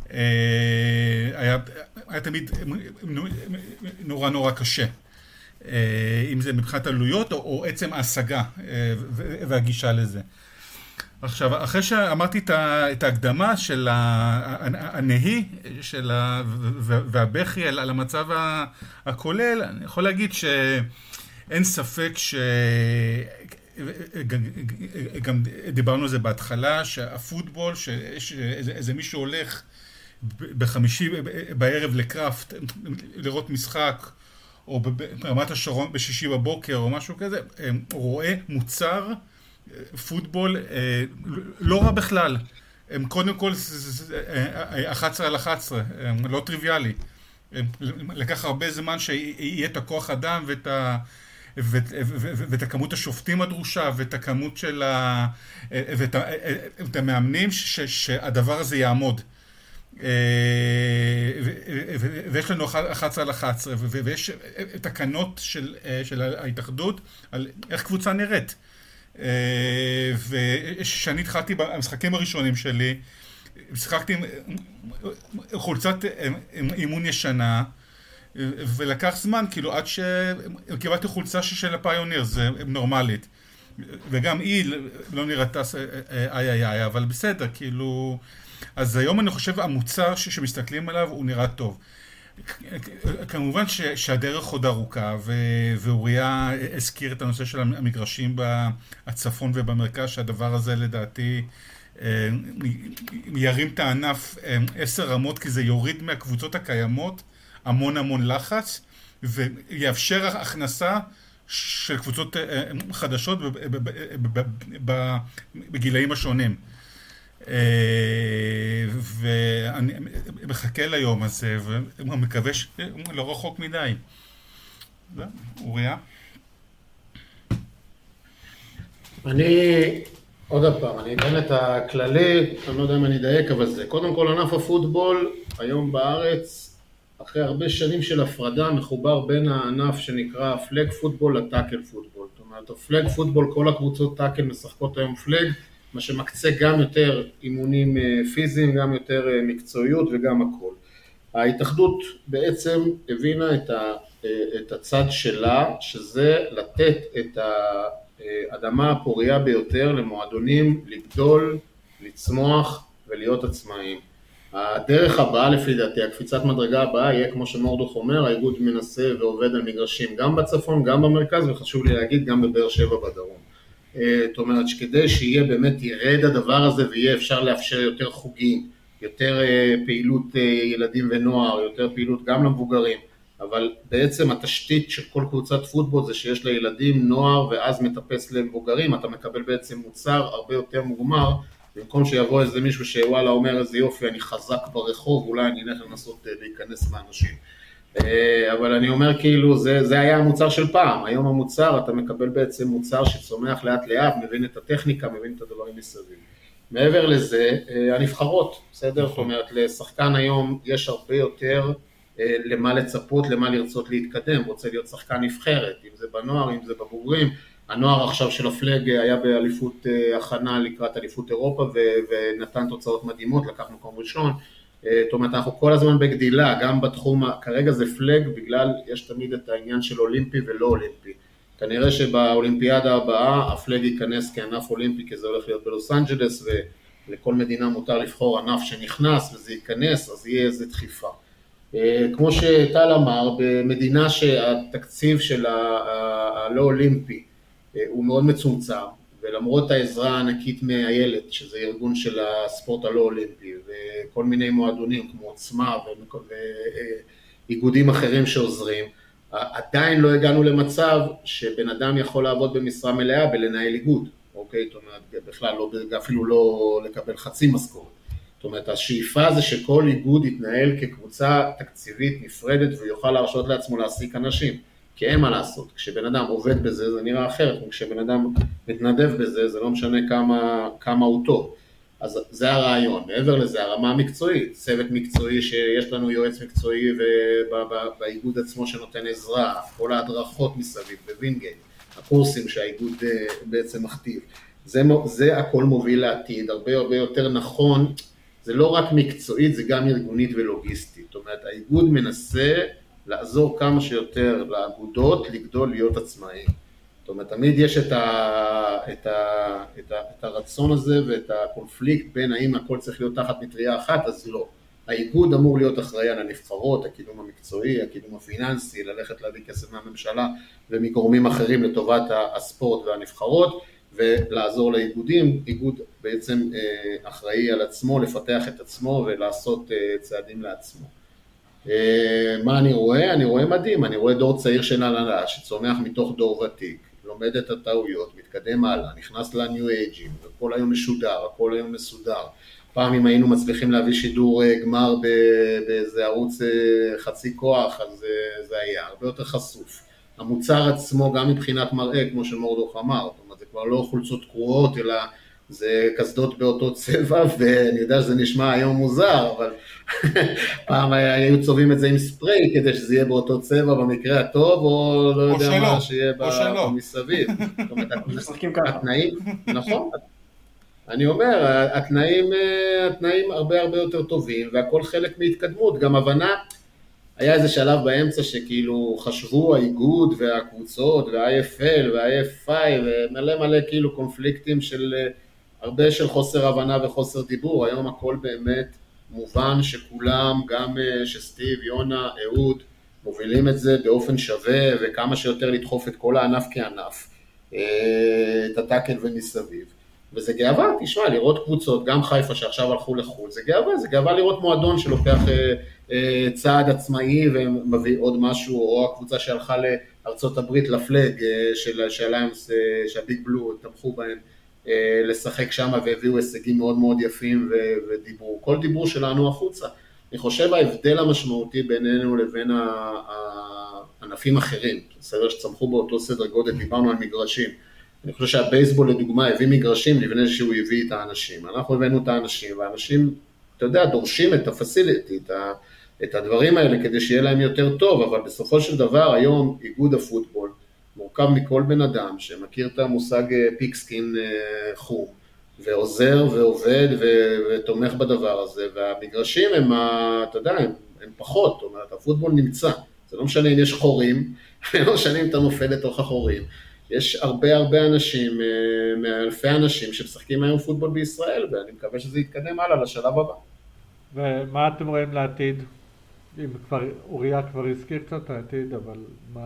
היה תמיד נורא קשה. אם זה מבחינת עלויות או עצם ההשגה והגישה לזה. עכשיו, אחרי שאמרתי את ההקדמה של הנהי והבכי על המצב הכולל, אני יכול להגיד שאין ספק גם דיברנו על זה בהתחלה, שהפוטבול, שאיזה מישהו הולך בחמישי בערב לקראפט לראות משחק, או ברמת השרון בשישי בבוקר או משהו כזה, הוא רואה מוצר פוטבול לא רע בכלל. הם קודם כל 11 על 11, לא טריוויאלי. לקח הרבה זמן שיהיה את הכוח אדם ואת הכמות השופטים הדרושה ואת הכמות של ואת המאמנים שהדבר הזה יעמוד. ויש לנו 11 על 11 ויש תקנות של ההתאחדות על איך קבוצה נראית. ושאני התחלתי במשחקים הראשונים שלי, משחקתי עם חולצת אימון ישנה, ולקח זמן כאילו עד שקיבלתי חולצה של הפיוניר, זה נורמלית, וגם היא לא נראתה אבל בסדר כאילו. אז היום אני חושב המוצר שמסתכלים עליו הוא נראה טוב. כמובן שהדרך עוד ארוכה, ואוריה הזכיר את הנושא של המגרשים בצפון ובמרכז, שהדבר הזה לדעתי ירים את הענף 10 רמות, כי זה יוריד מהקבוצות הקיימות המון לחץ, ויאפשר הכנסה של קבוצות חדשות בגילאים השונים. ואני מחכה ליום הזה, ומקווה שלא רחוק מדי. אוריה? עוד פעם, אני אתן את הכללי, אני לא יודע אם אני אדייק, אבל זה. קודם כל, ענף הפוטבול, היום בארץ, אחרי הרבה שנים של הפרדה, מחובר בין הענף שנקרא פלג פוטבול לטאקל פוטבול. זאת אומרת, הפלג פוטבול, כל הקבוצות טאקל משחקות היום פלג, מה שמקצה גם יותר אימונים פיזיים, גם יותר מקצועיות וגם הכל. ההתאחדות בעצם הבינה את הצד שלה, שזה לתת את האדמה הפוריה ביותר למועדונים לגדול, לצמוח ולהיות עצמאיים. הדרך הבאה לפי דעתי, הקפיצת מדרגה הבאה יהיה כמו שמורדוך אומר, האיגוד מנסה ועובד על מגרשים גם בצפון, גם במרכז, וחשוב לי להגיד גם בבאר שבע בדרום. זאת אומרת שכדי שיהיה באמת ירד הדבר הזה ויהיה אפשר לאפשר יותר חוגים, יותר פעילות ילדים ונוער, יותר פעילות גם למבוגרים, אבל בעצם התשתית של כל קבוצת פוטבול זה שיש לה ילדים, נוער ואז מטפס למבוגרים, אתה מקבל בעצם מוצר הרבה יותר מוגמר, במקום שיבוא איזה מישהו שוואלה אומר איזה יופי אני חזק ברחוב, אולי אני אלך לנסות להיכנס מהאנשים. אבל אני אומר כאילו זה היה המוצר של פעם, היום המוצר אתה מקבל בעצם מוצר שצומח לאט לאט, מבין את הטכניקה, מבין את הדברים מסביב. מעבר לזה, הנבחרות, בסדר? זאת אומרת, לשחקן היום יש הרבה יותר למה לצפות, למה לרצות להתקדם, רוצה להיות שחקן נבחרת, אם זה בנוער, אם זה בבוגרים, הנוער עכשיו של הפלג היה באליפות הכנה לקראת אליפות אירופה ונתן תוצאות מדהימות, לקחנו מקום ראשון, זאת אומרת אנחנו כל הזמן בגדילה, גם בתחום, כרגע זה פלג בגלל יש תמיד את העניין של אולימפי ולא אולימפי, כנראה שבאולימפיאדה הבאה הפלג ייכנס כענף אולימפי כי זה הולך להיות בלוס אנג'לס ולכל מדינה מותר לבחור ענף שנכנס וזה ייכנס אז יהיה איזה דחיפה. כמו שטל אמר, במדינה שהתקציב של הלא אולימפי הוא מאוד מצומצם, ולמרות העזרה הענקית מהילד, שזה ארגון של הספורט הלא אולימפי, וכל מיני מועדונים כמו עוצמה ואיגודים אחרים שעוזרים, עדיין לא הגענו למצב שבן אדם יכול לעבוד במשרה מלאה בלנהל איגוד, אוקיי? זאת אומרת, בכלל לא, אפילו לא לקבל חצי משכורת. זאת אומרת, השאיפה זה שכל איגוד יתנהל כקבוצה תקציבית נפרדת ויוכל להרשות לעצמו להעסיק אנשים. כי אין מה לעשות, כשבן אדם עובד בזה זה נראה אחרת, וכשבן אדם מתנדב בזה זה לא משנה כמה הוא טוב. אז זה הרעיון, מעבר לזה הרמה המקצועית, צוות מקצועי שיש לנו יועץ מקצועי ובאיגוד עצמו שנותן עזרה, כל ההדרכות מסביב בווינגייט, הקורסים שהאיגוד בעצם מכתיב, זה הכל מוביל לעתיד, הרבה יותר נכון, זה לא רק מקצועית, זה גם ארגונית ולוגיסטית, זאת אומרת האיגוד מנסה לעזור כמה שיותר לאגודות, לגדול, להיות עצמאיים. זאת אומרת, תמיד יש את הרצון הזה ואת הקונפליקט בין האם הכל צריך להיות תחת מטריה אחת, אז לא. האיגוד אמור להיות אחראי על הנבחרות, הקידום המקצועי, הקידום הפיננסי, ללכת להביא כסף מהממשלה ומגורמים אחרים לטובת הספורט והנבחרות, ולעזור לאיגודים. איגוד בעצם אחראי על עצמו, לפתח את עצמו ולעשות צעדים לעצמו. מה אני רואה? אני רואה מדהים, אני רואה דור צעיר של הנהלה שצומח מתוך דור ותיק, לומד את הטעויות, מתקדם הלאה, נכנס לניו אייג'ים, וכל היום משודר, הכל היום מסודר. פעם אם היינו מצליחים להביא שידור גמר באיזה ערוץ חצי כוח, אז זה היה הרבה יותר חשוף. המוצר עצמו גם מבחינת מראה, כמו שמורדוך אמר, זאת אומרת, זה כבר לא חולצות קרועות, אלא זה קסדות באותו צבע, ואני יודע שזה נשמע היום מוזר, אבל פעם היו צובעים את זה עם ספרי, כדי שזה יהיה באותו צבע במקרה הטוב, או לא יודע מה שיהיה מסביב. זאת אומרת, התנאים, נכון, אני אומר, התנאים הרבה הרבה יותר טובים, והכל חלק מהתקדמות, גם הבנה, היה איזה שלב באמצע שכאילו חשבו האיגוד והקבוצות וה-IFL וה-IFI ומלא מלא כאילו קונפליקטים של הרבה של חוסר הבנה וחוסר דיבור, היום הכל באמת מובן שכולם, גם שסטיב, יונה, אהוד, מובילים את זה באופן שווה וכמה שיותר לדחוף את כל הענף כענף, את הטאקל ומסביב. וזה גאווה, תשמע, לראות קבוצות, גם חיפה שעכשיו הלכו לחול, זה גאווה לראות מועדון שלוקח צעד עצמאי ומביא עוד משהו, או הקבוצה שהלכה לארצות הברית לפלג של הליונס, שהביג בלו תמכו בהם, לשחק שם, והביאו הישגים מאוד מאוד יפים ודיברו. כל דיבור שלנו החוצה. אני חושב ההבדל המשמעותי בינינו לבין הענפים אחרים, בסדר שצמחו באותו סדר גודל, דיברנו על מגרשים. אני חושב שהבייסבול לדוגמה הביא מגרשים לפני שהוא הביא את האנשים. אנחנו הבאנו את האנשים, והאנשים, אתה יודע, דורשים את הפסיליטי, את הדברים האלה כדי שיהיה להם יותר טוב, אבל בסופו של דבר היום איגוד הפוטבול מורכב מכל בן אדם שמכיר את המושג פיקסקין חום, ועוזר ועובד ותומך בדבר הזה, והמגרשים הם, אתה יודע, הם פחות, זאת אומרת, הפוטבול נמצא, זה לא משנה אם יש חורים, לא משנה אם אתה נופל לתוך החורים, יש הרבה אנשים, מאלפי אנשים שמשחקים היום פוטבול בישראל, ואני מקווה שזה יתקדם הלאה לשלב הבא. ומה אתם רואים לעתיד? אם כבר, אוריה כבר הזכיר קצת העתיד, אבל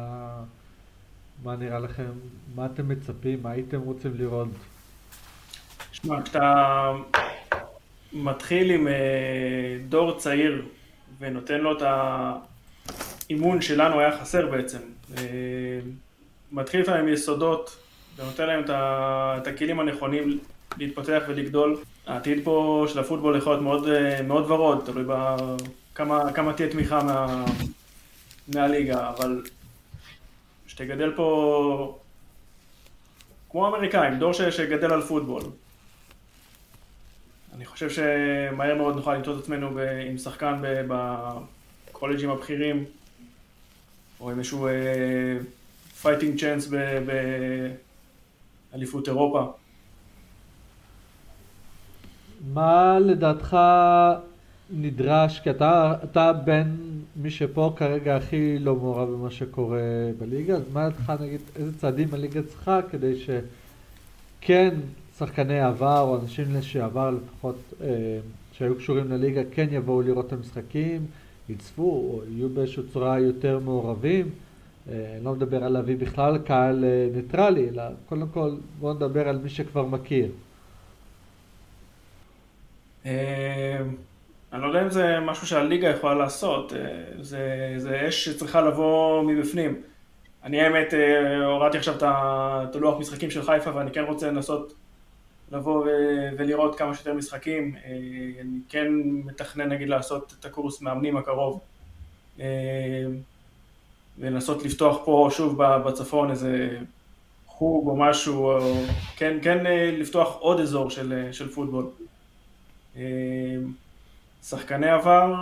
מה נראה לכם? מה אתם מצפים? מה הייתם רוצים לראות? שמע, כשאתה מתחיל עם דור צעיר ונותן לו את האימון שלנו היה חסר בעצם, מתחיל לפעמים עם יסודות ונותן להם את הכלים הנכונים להתפתח ולגדול. העתיד פה של הפוטבול יכול להיות מאוד, מאוד ורוד, תלוי כמה תהיה תמיכה מהליגה, אבל שתגדל פה כמו אמריקאים, דור שגדל על פוטבול. אני חושב שמהר מאוד נוכל למצוא את עצמנו עם שחקן בקולג'ים הבכירים, או עם איזשהו פייטינג צ'אנס באליפות אירופה. מה לדעתך נדרש, כי אתה בין מי שפה כרגע הכי לא מעורב במה שקורה בליגה, אז מה לדעתך נגיד, איזה צעדים הליגה צריכה כדי שכן שחקני עבר או אנשים לשעבר לפחות שהיו קשורים לליגה כן יבואו לראות את המשחקים, יצפו או יהיו באיזושהי צורה יותר מעורבים? אני לא מדבר על להביא בכלל קהל ניטרלי, אלא קודם כל בואו נדבר על מי שכבר מכיר. אני לא יודע אם זה משהו שהליגה יכולה לעשות, זה אש שצריכה לבוא מבפנים. אני האמת הורדתי עכשיו את לוח משחקים של חיפה, ואני כן רוצה לנסות לבוא ולראות כמה שיותר משחקים. אני כן מתכנן נגיד לעשות את הקורס מאמנים הקרוב, ולנסות לפתוח פה שוב בצפון איזה חוג או משהו, או כן לפתוח עוד אזור של פוטבול. שחקני עבר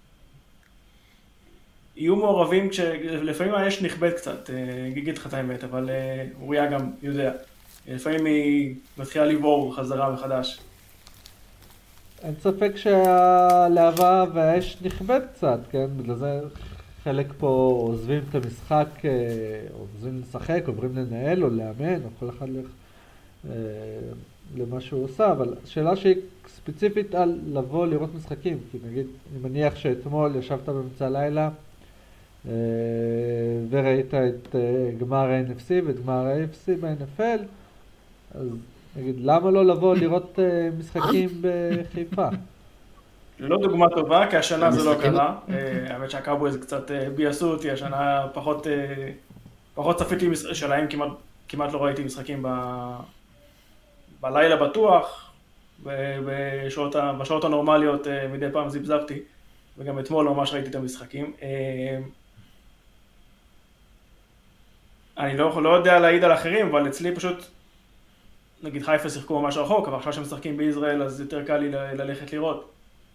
יהיו מעורבים כשלפעמים האש נכבד קצת, אגיד לך את האמת, אבל אוריה גם יודע, לפעמים היא מתחילה לבור חזרה מחדש. אין ספק שהלהבה והאש נכבד קצת, כן? בגלל זה חלק פה עוזבים את המשחק, עוזבים לשחק, עוברים לנהל או לאמן, או כל אחד למה שהוא עושה, אבל שאלה שהיא ספציפית על לבוא לראות משחקים, כי נגיד, אני מניח שאתמול ישבת באמצע הלילה וראית את גמר ה-NFC ואת גמר ה-AFC ב-NFL, אז נגיד, למה לא לבוא לראות משחקים בחיפה? לא דוגמה טובה, כי השנה זה לא קרה. האמת שהקאובויז קצת ביאסו אותי, השנה פחות צפיתי שלהם, כמעט לא ראיתי משחקים בלילה בטוח, בשעות הנורמליות מדי פעם זיבזבתי, וגם אתמול ממש ראיתי את המשחקים. אני לא יודע להעיד על אחרים, אבל אצלי פשוט, נגיד חיפה שיחקו ממש רחוק, אבל עכשיו שמשחקים בישראל אז יותר קל לי ללכת לראות.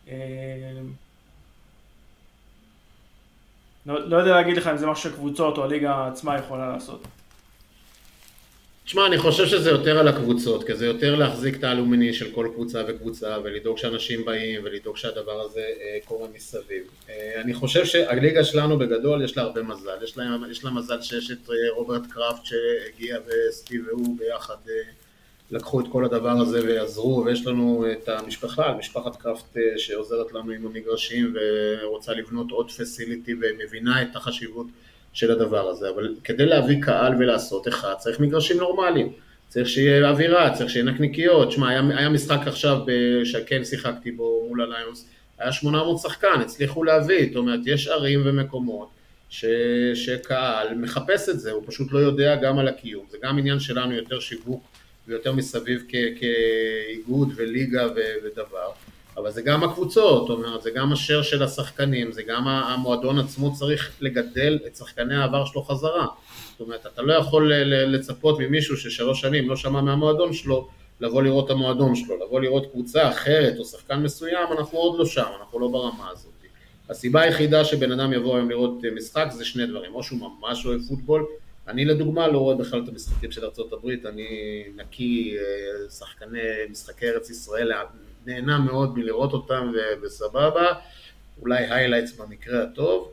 לא יודע להגיד לך אם זה משהו שקבוצות או הליגה עצמה יכולה לעשות. תשמע, אני חושב שזה יותר על הקבוצות, כי זה יותר להחזיק את האלומיני של כל קבוצה וקבוצה, ולדאוג שאנשים באים, ולדאוג שהדבר הזה קורה מסביב. אני חושב שהליגה שלנו בגדול יש לה הרבה מזל. יש לה מזל שיש את רוברט קראפט שהגיע וסטיב והוא ביחד לקחו את כל הדבר הזה ויעזרו, ויש לנו את משפחת קראפט שעוזרת לנו עם המגרשים, ורוצה לבנות עוד פסיליטי, ומבינה את החשיבות של הדבר הזה, אבל כדי להביא קהל ולעשות צריך מגרשים נורמליים, צריך שיהיה אווירה, צריך שיהיה נקניקיות. שמה, היה משחק עכשיו שכן שיחקתי בו מול הליונס, היה 800 שחקן, הצליחו להביא, זאת אומרת, יש ערים ומקומות שקהל מחפש את זה, הוא פשוט לא יודע גם על הקיום, זה גם עניין שלנו יותר שיווק ויותר מסביב כאיגוד וליגה ודבר, אבל זה גם הקבוצות, זאת אומרת, זה גם השאר של השחקנים, זה גם המועדון עצמו צריך לגדל את שחקני העבר שלו חזרה. זאת אומרת, אתה לא יכול לצפות ממישהו ש3 שנים לא שמע מהמועדון שלו, לבוא לראות את המועדון שלו, לבוא לראות קבוצה אחרת או שחקן מסוים, אנחנו עוד לא שם, אנחנו לא ברמה הזאת. הסיבה היחידה שבן אדם יבוא היום לראות משחק זה 2 דברים, או שהוא ממש אוהב פוטבול, אני לדוגמה לא רואה בכלל את המשחקים של ארצות הברית, אני נקי משחקי ארץ ישראל, נהנה מאוד מלראות אותם וסבבה, אולי היילייטס במקרה הטוב,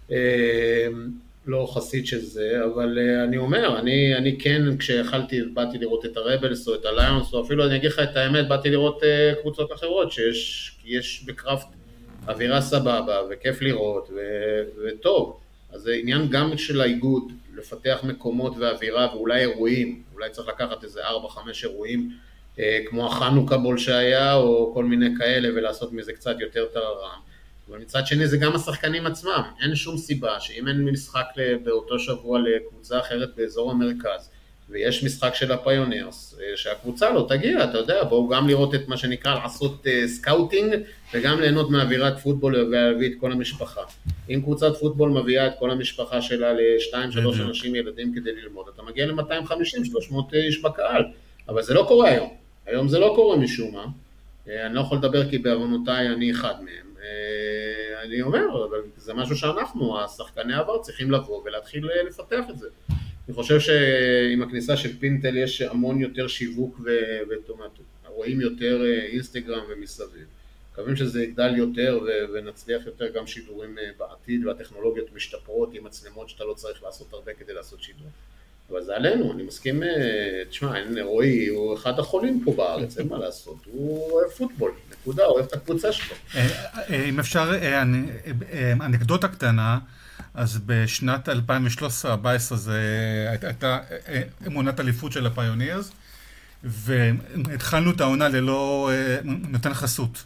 לא חסיד של זה, אבל אני אומר, אני כן כשהחלתי, באתי לראות את הרבלס או את הליונס, או אפילו אני אגיד לך את האמת, באתי לראות קבוצות אחרות, שיש בקראפט אווירה סבבה וכיף לראות וטוב, אז זה עניין גם של האיגוד, לפתח מקומות ואווירה ואולי אירועים, אולי צריך לקחת איזה 4-5 אירועים, כמו החנוכה בול שהיה, או כל מיני כאלה, ולעשות מזה קצת יותר טררם. אבל מצד שני זה גם השחקנים עצמם, אין שום סיבה שאם אין משחק באותו שבוע לקבוצה אחרת באזור המרכז, ויש משחק של הפיונירס, שהקבוצה לא תגיע, אתה יודע, בואו גם לראות את מה שנקרא לעשות סקאוטינג, וגם ליהנות מאווירת פוטבול ולהביא את כל המשפחה. אם קבוצת פוטבול מביאה את כל המשפחה שלה ל2-3 אנשים ילדים כדי ללמוד, אתה מגיע ל250-300 איש בקהל, אבל זה לא קורה היום. היום זה לא קורה משום מה, אני לא יכול לדבר כי בעוונותיי אני אחד מהם, אני אומר, אבל זה משהו שאנחנו, השחקני העבר, צריכים לבוא ולהתחיל לפתח את זה. אני חושב שעם הכניסה של פינטל יש המון יותר שיווק רואים יותר אינסטגרם ומסביב. מקווים שזה יגדל יותר ונצליח יותר גם שידורים בעתיד, והטכנולוגיות משתפרות עם מצלמות שאתה לא צריך לעשות הרבה כדי לעשות שידור. אבל זה עלינו, אני מסכים, תשמע, רועי הוא אחד החולים פה בארץ, אין מה לעשות, הוא אוהב פוטבול, נקודה, אוהב את הקבוצה שלו. אם אפשר, אנקדוטה קטנה, אז בשנת 2013-2014 זה הייתה עונת אליפות של הפיונירס, והתחלנו את העונה ללא נותן חסות.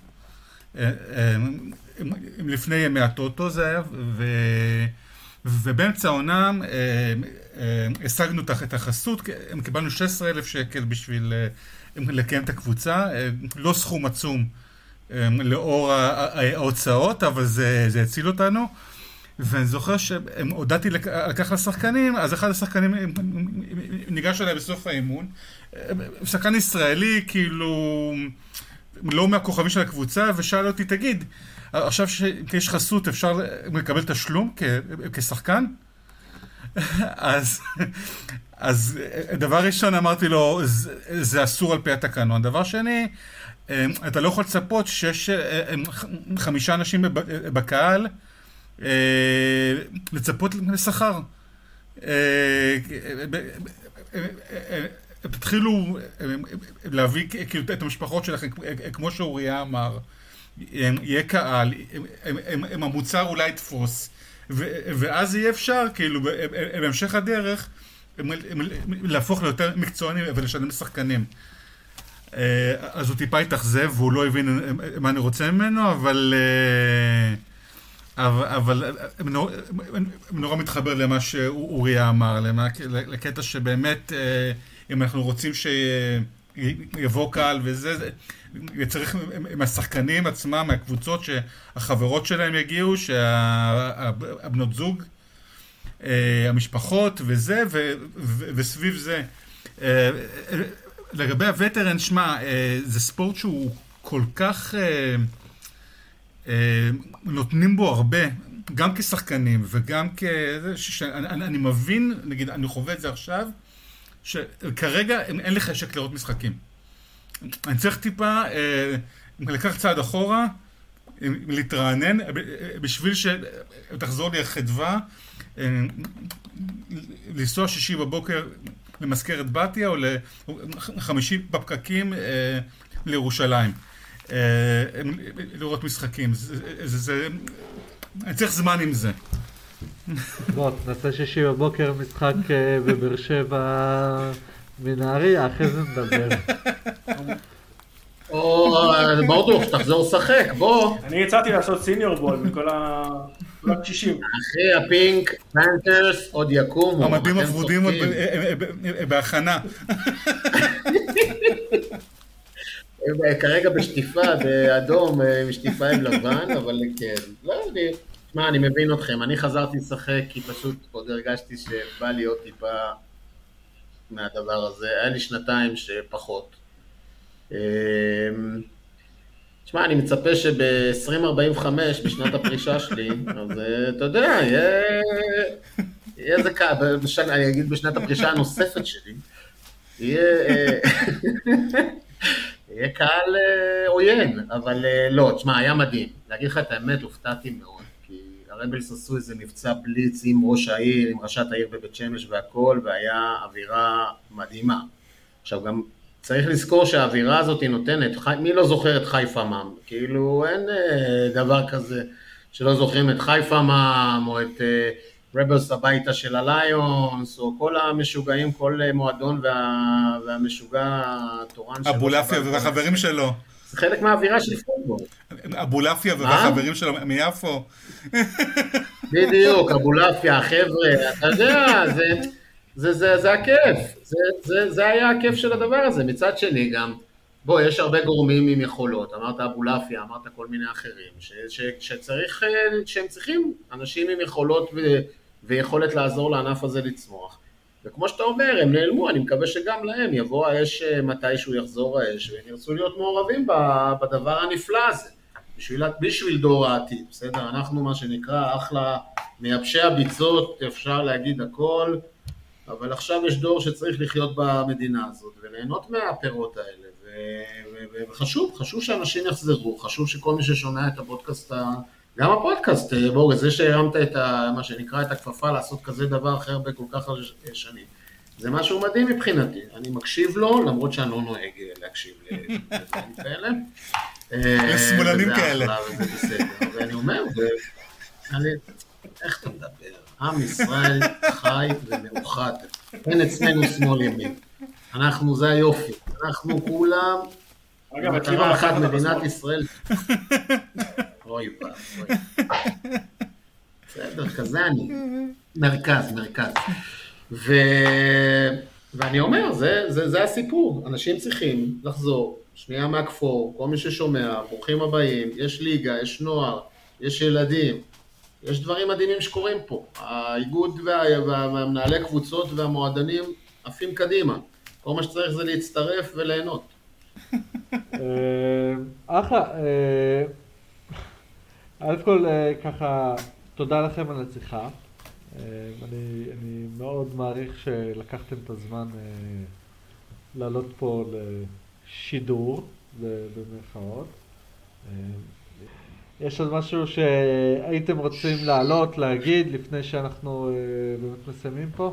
לפני ימי הטוטו זה היה, ובאמצע העונה השגנו את החסות, קיבלנו 16,000 שקל בשביל לקיים את הקבוצה, לא סכום עצום לאור ההוצאות, אבל זה הציל אותנו. ואני זוכר שהודעתי לקח לשחקנים, אז אחד השחקנים ניגש עליי בסוף האימון, שחקן ישראלי, כאילו, לא מהכוכבים של הקבוצה, ושאל אותי, תגיד, עכשיו שיש חסות אפשר לקבל תשלום כשחקן? אז דבר ראשון אמרתי לו, זה אסור על פי התקנון. דבר שני, אתה לא יכול לצפות שיש 5 אנשים בקהל, לצפות לשכר. תתחילו להביא את המשפחות שלכם, כמו שאוריה אמר, יהיה קהל, המוצר אולי תפוס, ואז יהיה אפשר, כאילו, בהמשך הדרך, להפוך ליותר מקצוענים ולשלם לשחקנים. אז הוא טיפה התאכזב, והוא לא הבין מה אני רוצה ממנו, אבל נורא מתחבר למה שאוריה אמר, לקטע שבאמת, אם אנחנו רוצים שיבוא קהל וזה, צריך עם השחקנים עצמם, מהקבוצות שהחברות שלהם יגיעו, שהבנות זוג, המשפחות וזה, וסביב זה. לגבי הווטרן, שמה, זה ספורט שהוא כל כך נותנים בו הרבה, גם כשחקנים וגם כזה, שאני מבין, נגיד, אני חווה את זה עכשיו, שכרגע אין לי חשק לראות משחקים. אני צריך טיפה לקח צעד אחורה, להתרענן, בשביל שתחזור לי החדווה, לנסוע 6 בבוקר למזכרת בתיה, או ל5 בפקקים לירושלים. לראות משחקים. אני צריך זמן עם זה. בוא, נעשה 6 בבוקר משחק בבאר שבע מנהריה, אחרי זה נדבר. ברדוף, תחזור לשחק, בוא. אני הצעתי לעשות סיניור בול מכל הקשישים. אחרי הפינק, פנתרס עוד יקומו. המדים הפרודים בהכנה. כרגע בשטיפה באדום, בשטיפה עם לבן, אבל כן. לא, אני מבין אתכם. אני חזרתי לשחק כי פשוט עוד הרגשתי שבא להיות טיפה מהדבר הזה. היה לי שנתיים שפחות. תשמע, אני מצפה שב-2045, בשנת הפרישה שלי, אז אתה יודע, יהיה איזה אני אגיד בשנת הפרישה הנוספת שלי, יהיה קהל עוין, אבל לא, תשמע, היה מדהים. להגיד לך את האמת, הופתעתי מאוד, כי הרבלס עשו איזה מבצע בליץ עם ראש העיר, עם ראשת העיר בבית שמש והכל, והיה אווירה מדהימה. עכשיו גם צריך לזכור שהאווירה הזאת היא נותנת, מי לא זוכר את חיפה מאם? כאילו אין דבר כזה שלא זוכרים את חיפה מאם, או את רבלס הביתה של הליונס, או כל המשוגעים, כל מועדון והמשוגע התורן שלו. אבולעפיה והחברים שלו. זה חלק מהאווירה של פוטבול. אבולעפיה והחברים שלו מיפו. בדיוק, אבולעפיה, החבר'ה, אתה יודע, זה הכיף, זה היה הכיף של הדבר הזה. מצד שני גם, בוא, יש הרבה גורמים עם יכולות, אמרת אבולעפיה, אמרת כל מיני אחרים, שהם צריכים אנשים עם יכולות ויכולת לעזור לענף הזה לצמוח. וכמו שאתה אומר, הם נעלמו, אני מקווה שגם להם יבוא האש מתישהו יחזור האש, והם ירצו להיות מעורבים בדבר הנפלא הזה, בשביל דור העתיד, בסדר? אנחנו מה שנקרא אחלה מייבשי הביצות, אפשר להגיד הכל, אבל עכשיו יש דור שצריך לחיות במדינה הזאת, וליהנות מהפירות האלה, וחשוב שאנשים יחזרו, חשוב שכל מי ששומע את הפודקאסט, גם הפודקאסט, בואו, זה שהרמת את מה שנקרא את הכפפה, לעשות כזה דבר אחר בכל כך שנים, זה משהו מדהים מבחינתי, אני מקשיב לו, למרות שאני לא נוהג להקשיב לדברים כאלה, לשמאלנים כאלה, וזה בסדר, ואני אומר, איך אתה מדבר? עם ישראל חי ומאוחד, אין אצלנו שמאל ימין, אנחנו, זה היופי, אנחנו כולם, מטרה אחת, מדינת ישראל, אוי ואוי, בסדר, כזה אני, מרכז, ואני אומר, זה הסיפור, אנשים צריכים לחזור, שנייה מהכפור, כל מי ששומע, ברוכים הבאים, יש ליגה, יש נוער, יש ילדים, יש דברים מדהימים שקורים פה, האיגוד והמנהלי קבוצות והמועדנים עפים קדימה, כל מה שצריך זה להצטרף וליהנות. אחלה, א' כל ככה, תודה לכם על השיחה, אני מאוד מעריך שלקחתם את הזמן לעלות פה לשידור במרכאות. יש עוד משהו שהייתם רוצים לעלות, להגיד, לפני שאנחנו באמת מסיימים פה?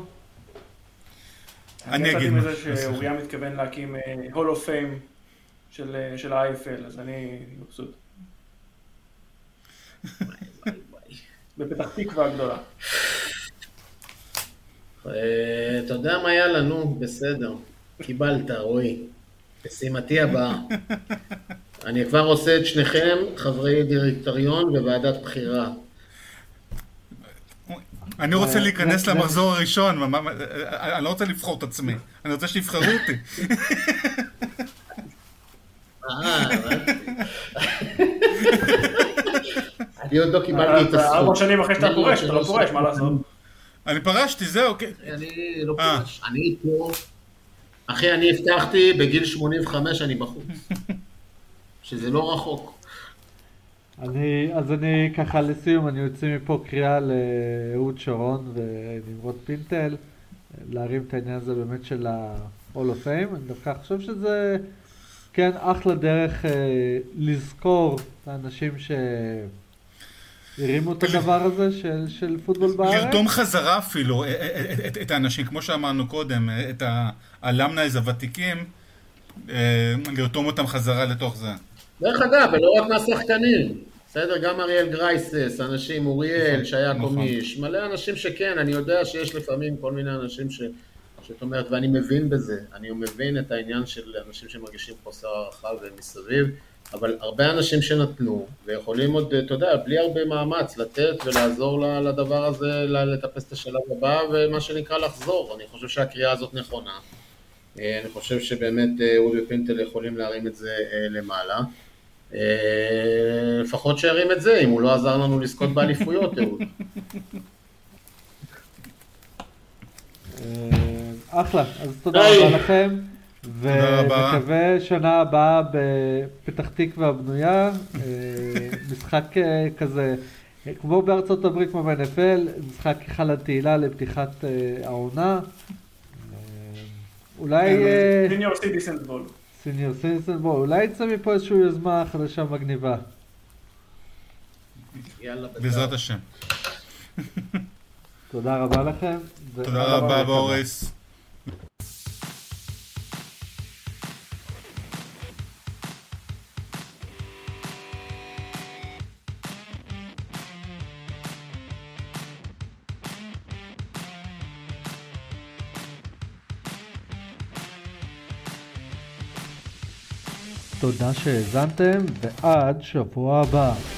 אני אגיד מזה שאוריה מתכוון להקים הול אוף פיים של ה-IFL, אז אני מבסוט. בפתח תקווה הגדולה. אתה יודע מה היה לנו? בסדר. קיבלת, רועי. משימתי הבאה. אני כבר עושה את שניכם חברי דירקטוריון וועדת בחירה. אני רוצה להיכנס למחזור הראשון, אני לא רוצה לבחור את עצמי, אני רוצה שיבחרו אותי. אני עוד לא קיבלתי את הסוף. 4 שנים אחרי שאתה פורש, אתה לא פורש, מה לעשות? אני פרשתי, זהו, כן. אני לא פורש, אני פה, אחי, אני הבטחתי בגיל 85 אני בחוץ, שזה לא רחוק. אז אני ככה לסיום, אני יוצא מפה קריאה לאהוד שרון ונמרוד פינטל, להרים את העניין הזה באמת של ה-Hall of Fame. אני דווקא חושב שזה כן אחלה דרך לזכור את האנשים שהרימו את הדבר הזה של פוטבול בארץ. לרתום חזרה אפילו את האנשים, כמו שאמרנו קודם, את האלמנייז הוותיקים, לרתום אותם חזרה לתוך זה. דרך אגב, ולא רק מהשחקנים, בסדר, גם אריאל גרייסס, אנשים, אוריאל, שהיה קומיש, מלא אנשים שכן, אני יודע שיש לפעמים כל מיני אנשים שאת אומרת, ואני מבין בזה, אני מבין את העניין של אנשים שמרגישים חוסר הערכה ומסביב, אבל הרבה אנשים שנתנו, ויכולים עוד, אתה יודע, בלי הרבה מאמץ, לתת ולעזור לדבר הזה, לטפס את השלב הבא, ומה שנקרא לחזור. אני חושב שהקריאה הזאת נכונה, אני חושב שבאמת אודי ופינטל יכולים להרים את זה למעלה. לפחות שירים את זה, אם הוא לא עזר לנו לזכות באליפויות, אהוד. אחלה, אז תודה רבה לכם. תודה רבה. ונקווה שנה הבאה בפתח תקווה בנויה, משחק כזה, כמו בארצות הברית כמו ב-NFL, משחק אחד לתהילה לפתיחת העונה. אולי... סיניור סיטיזנס בול. סיניור סיטיזנס בול, אולי יצא מפה איזושהי יוזמה חדשה מגניבה. בעזרת השם. תודה רבה לכם. תודה רבה בוריס. תודה שהאזנתם, ועד שבוע הבא.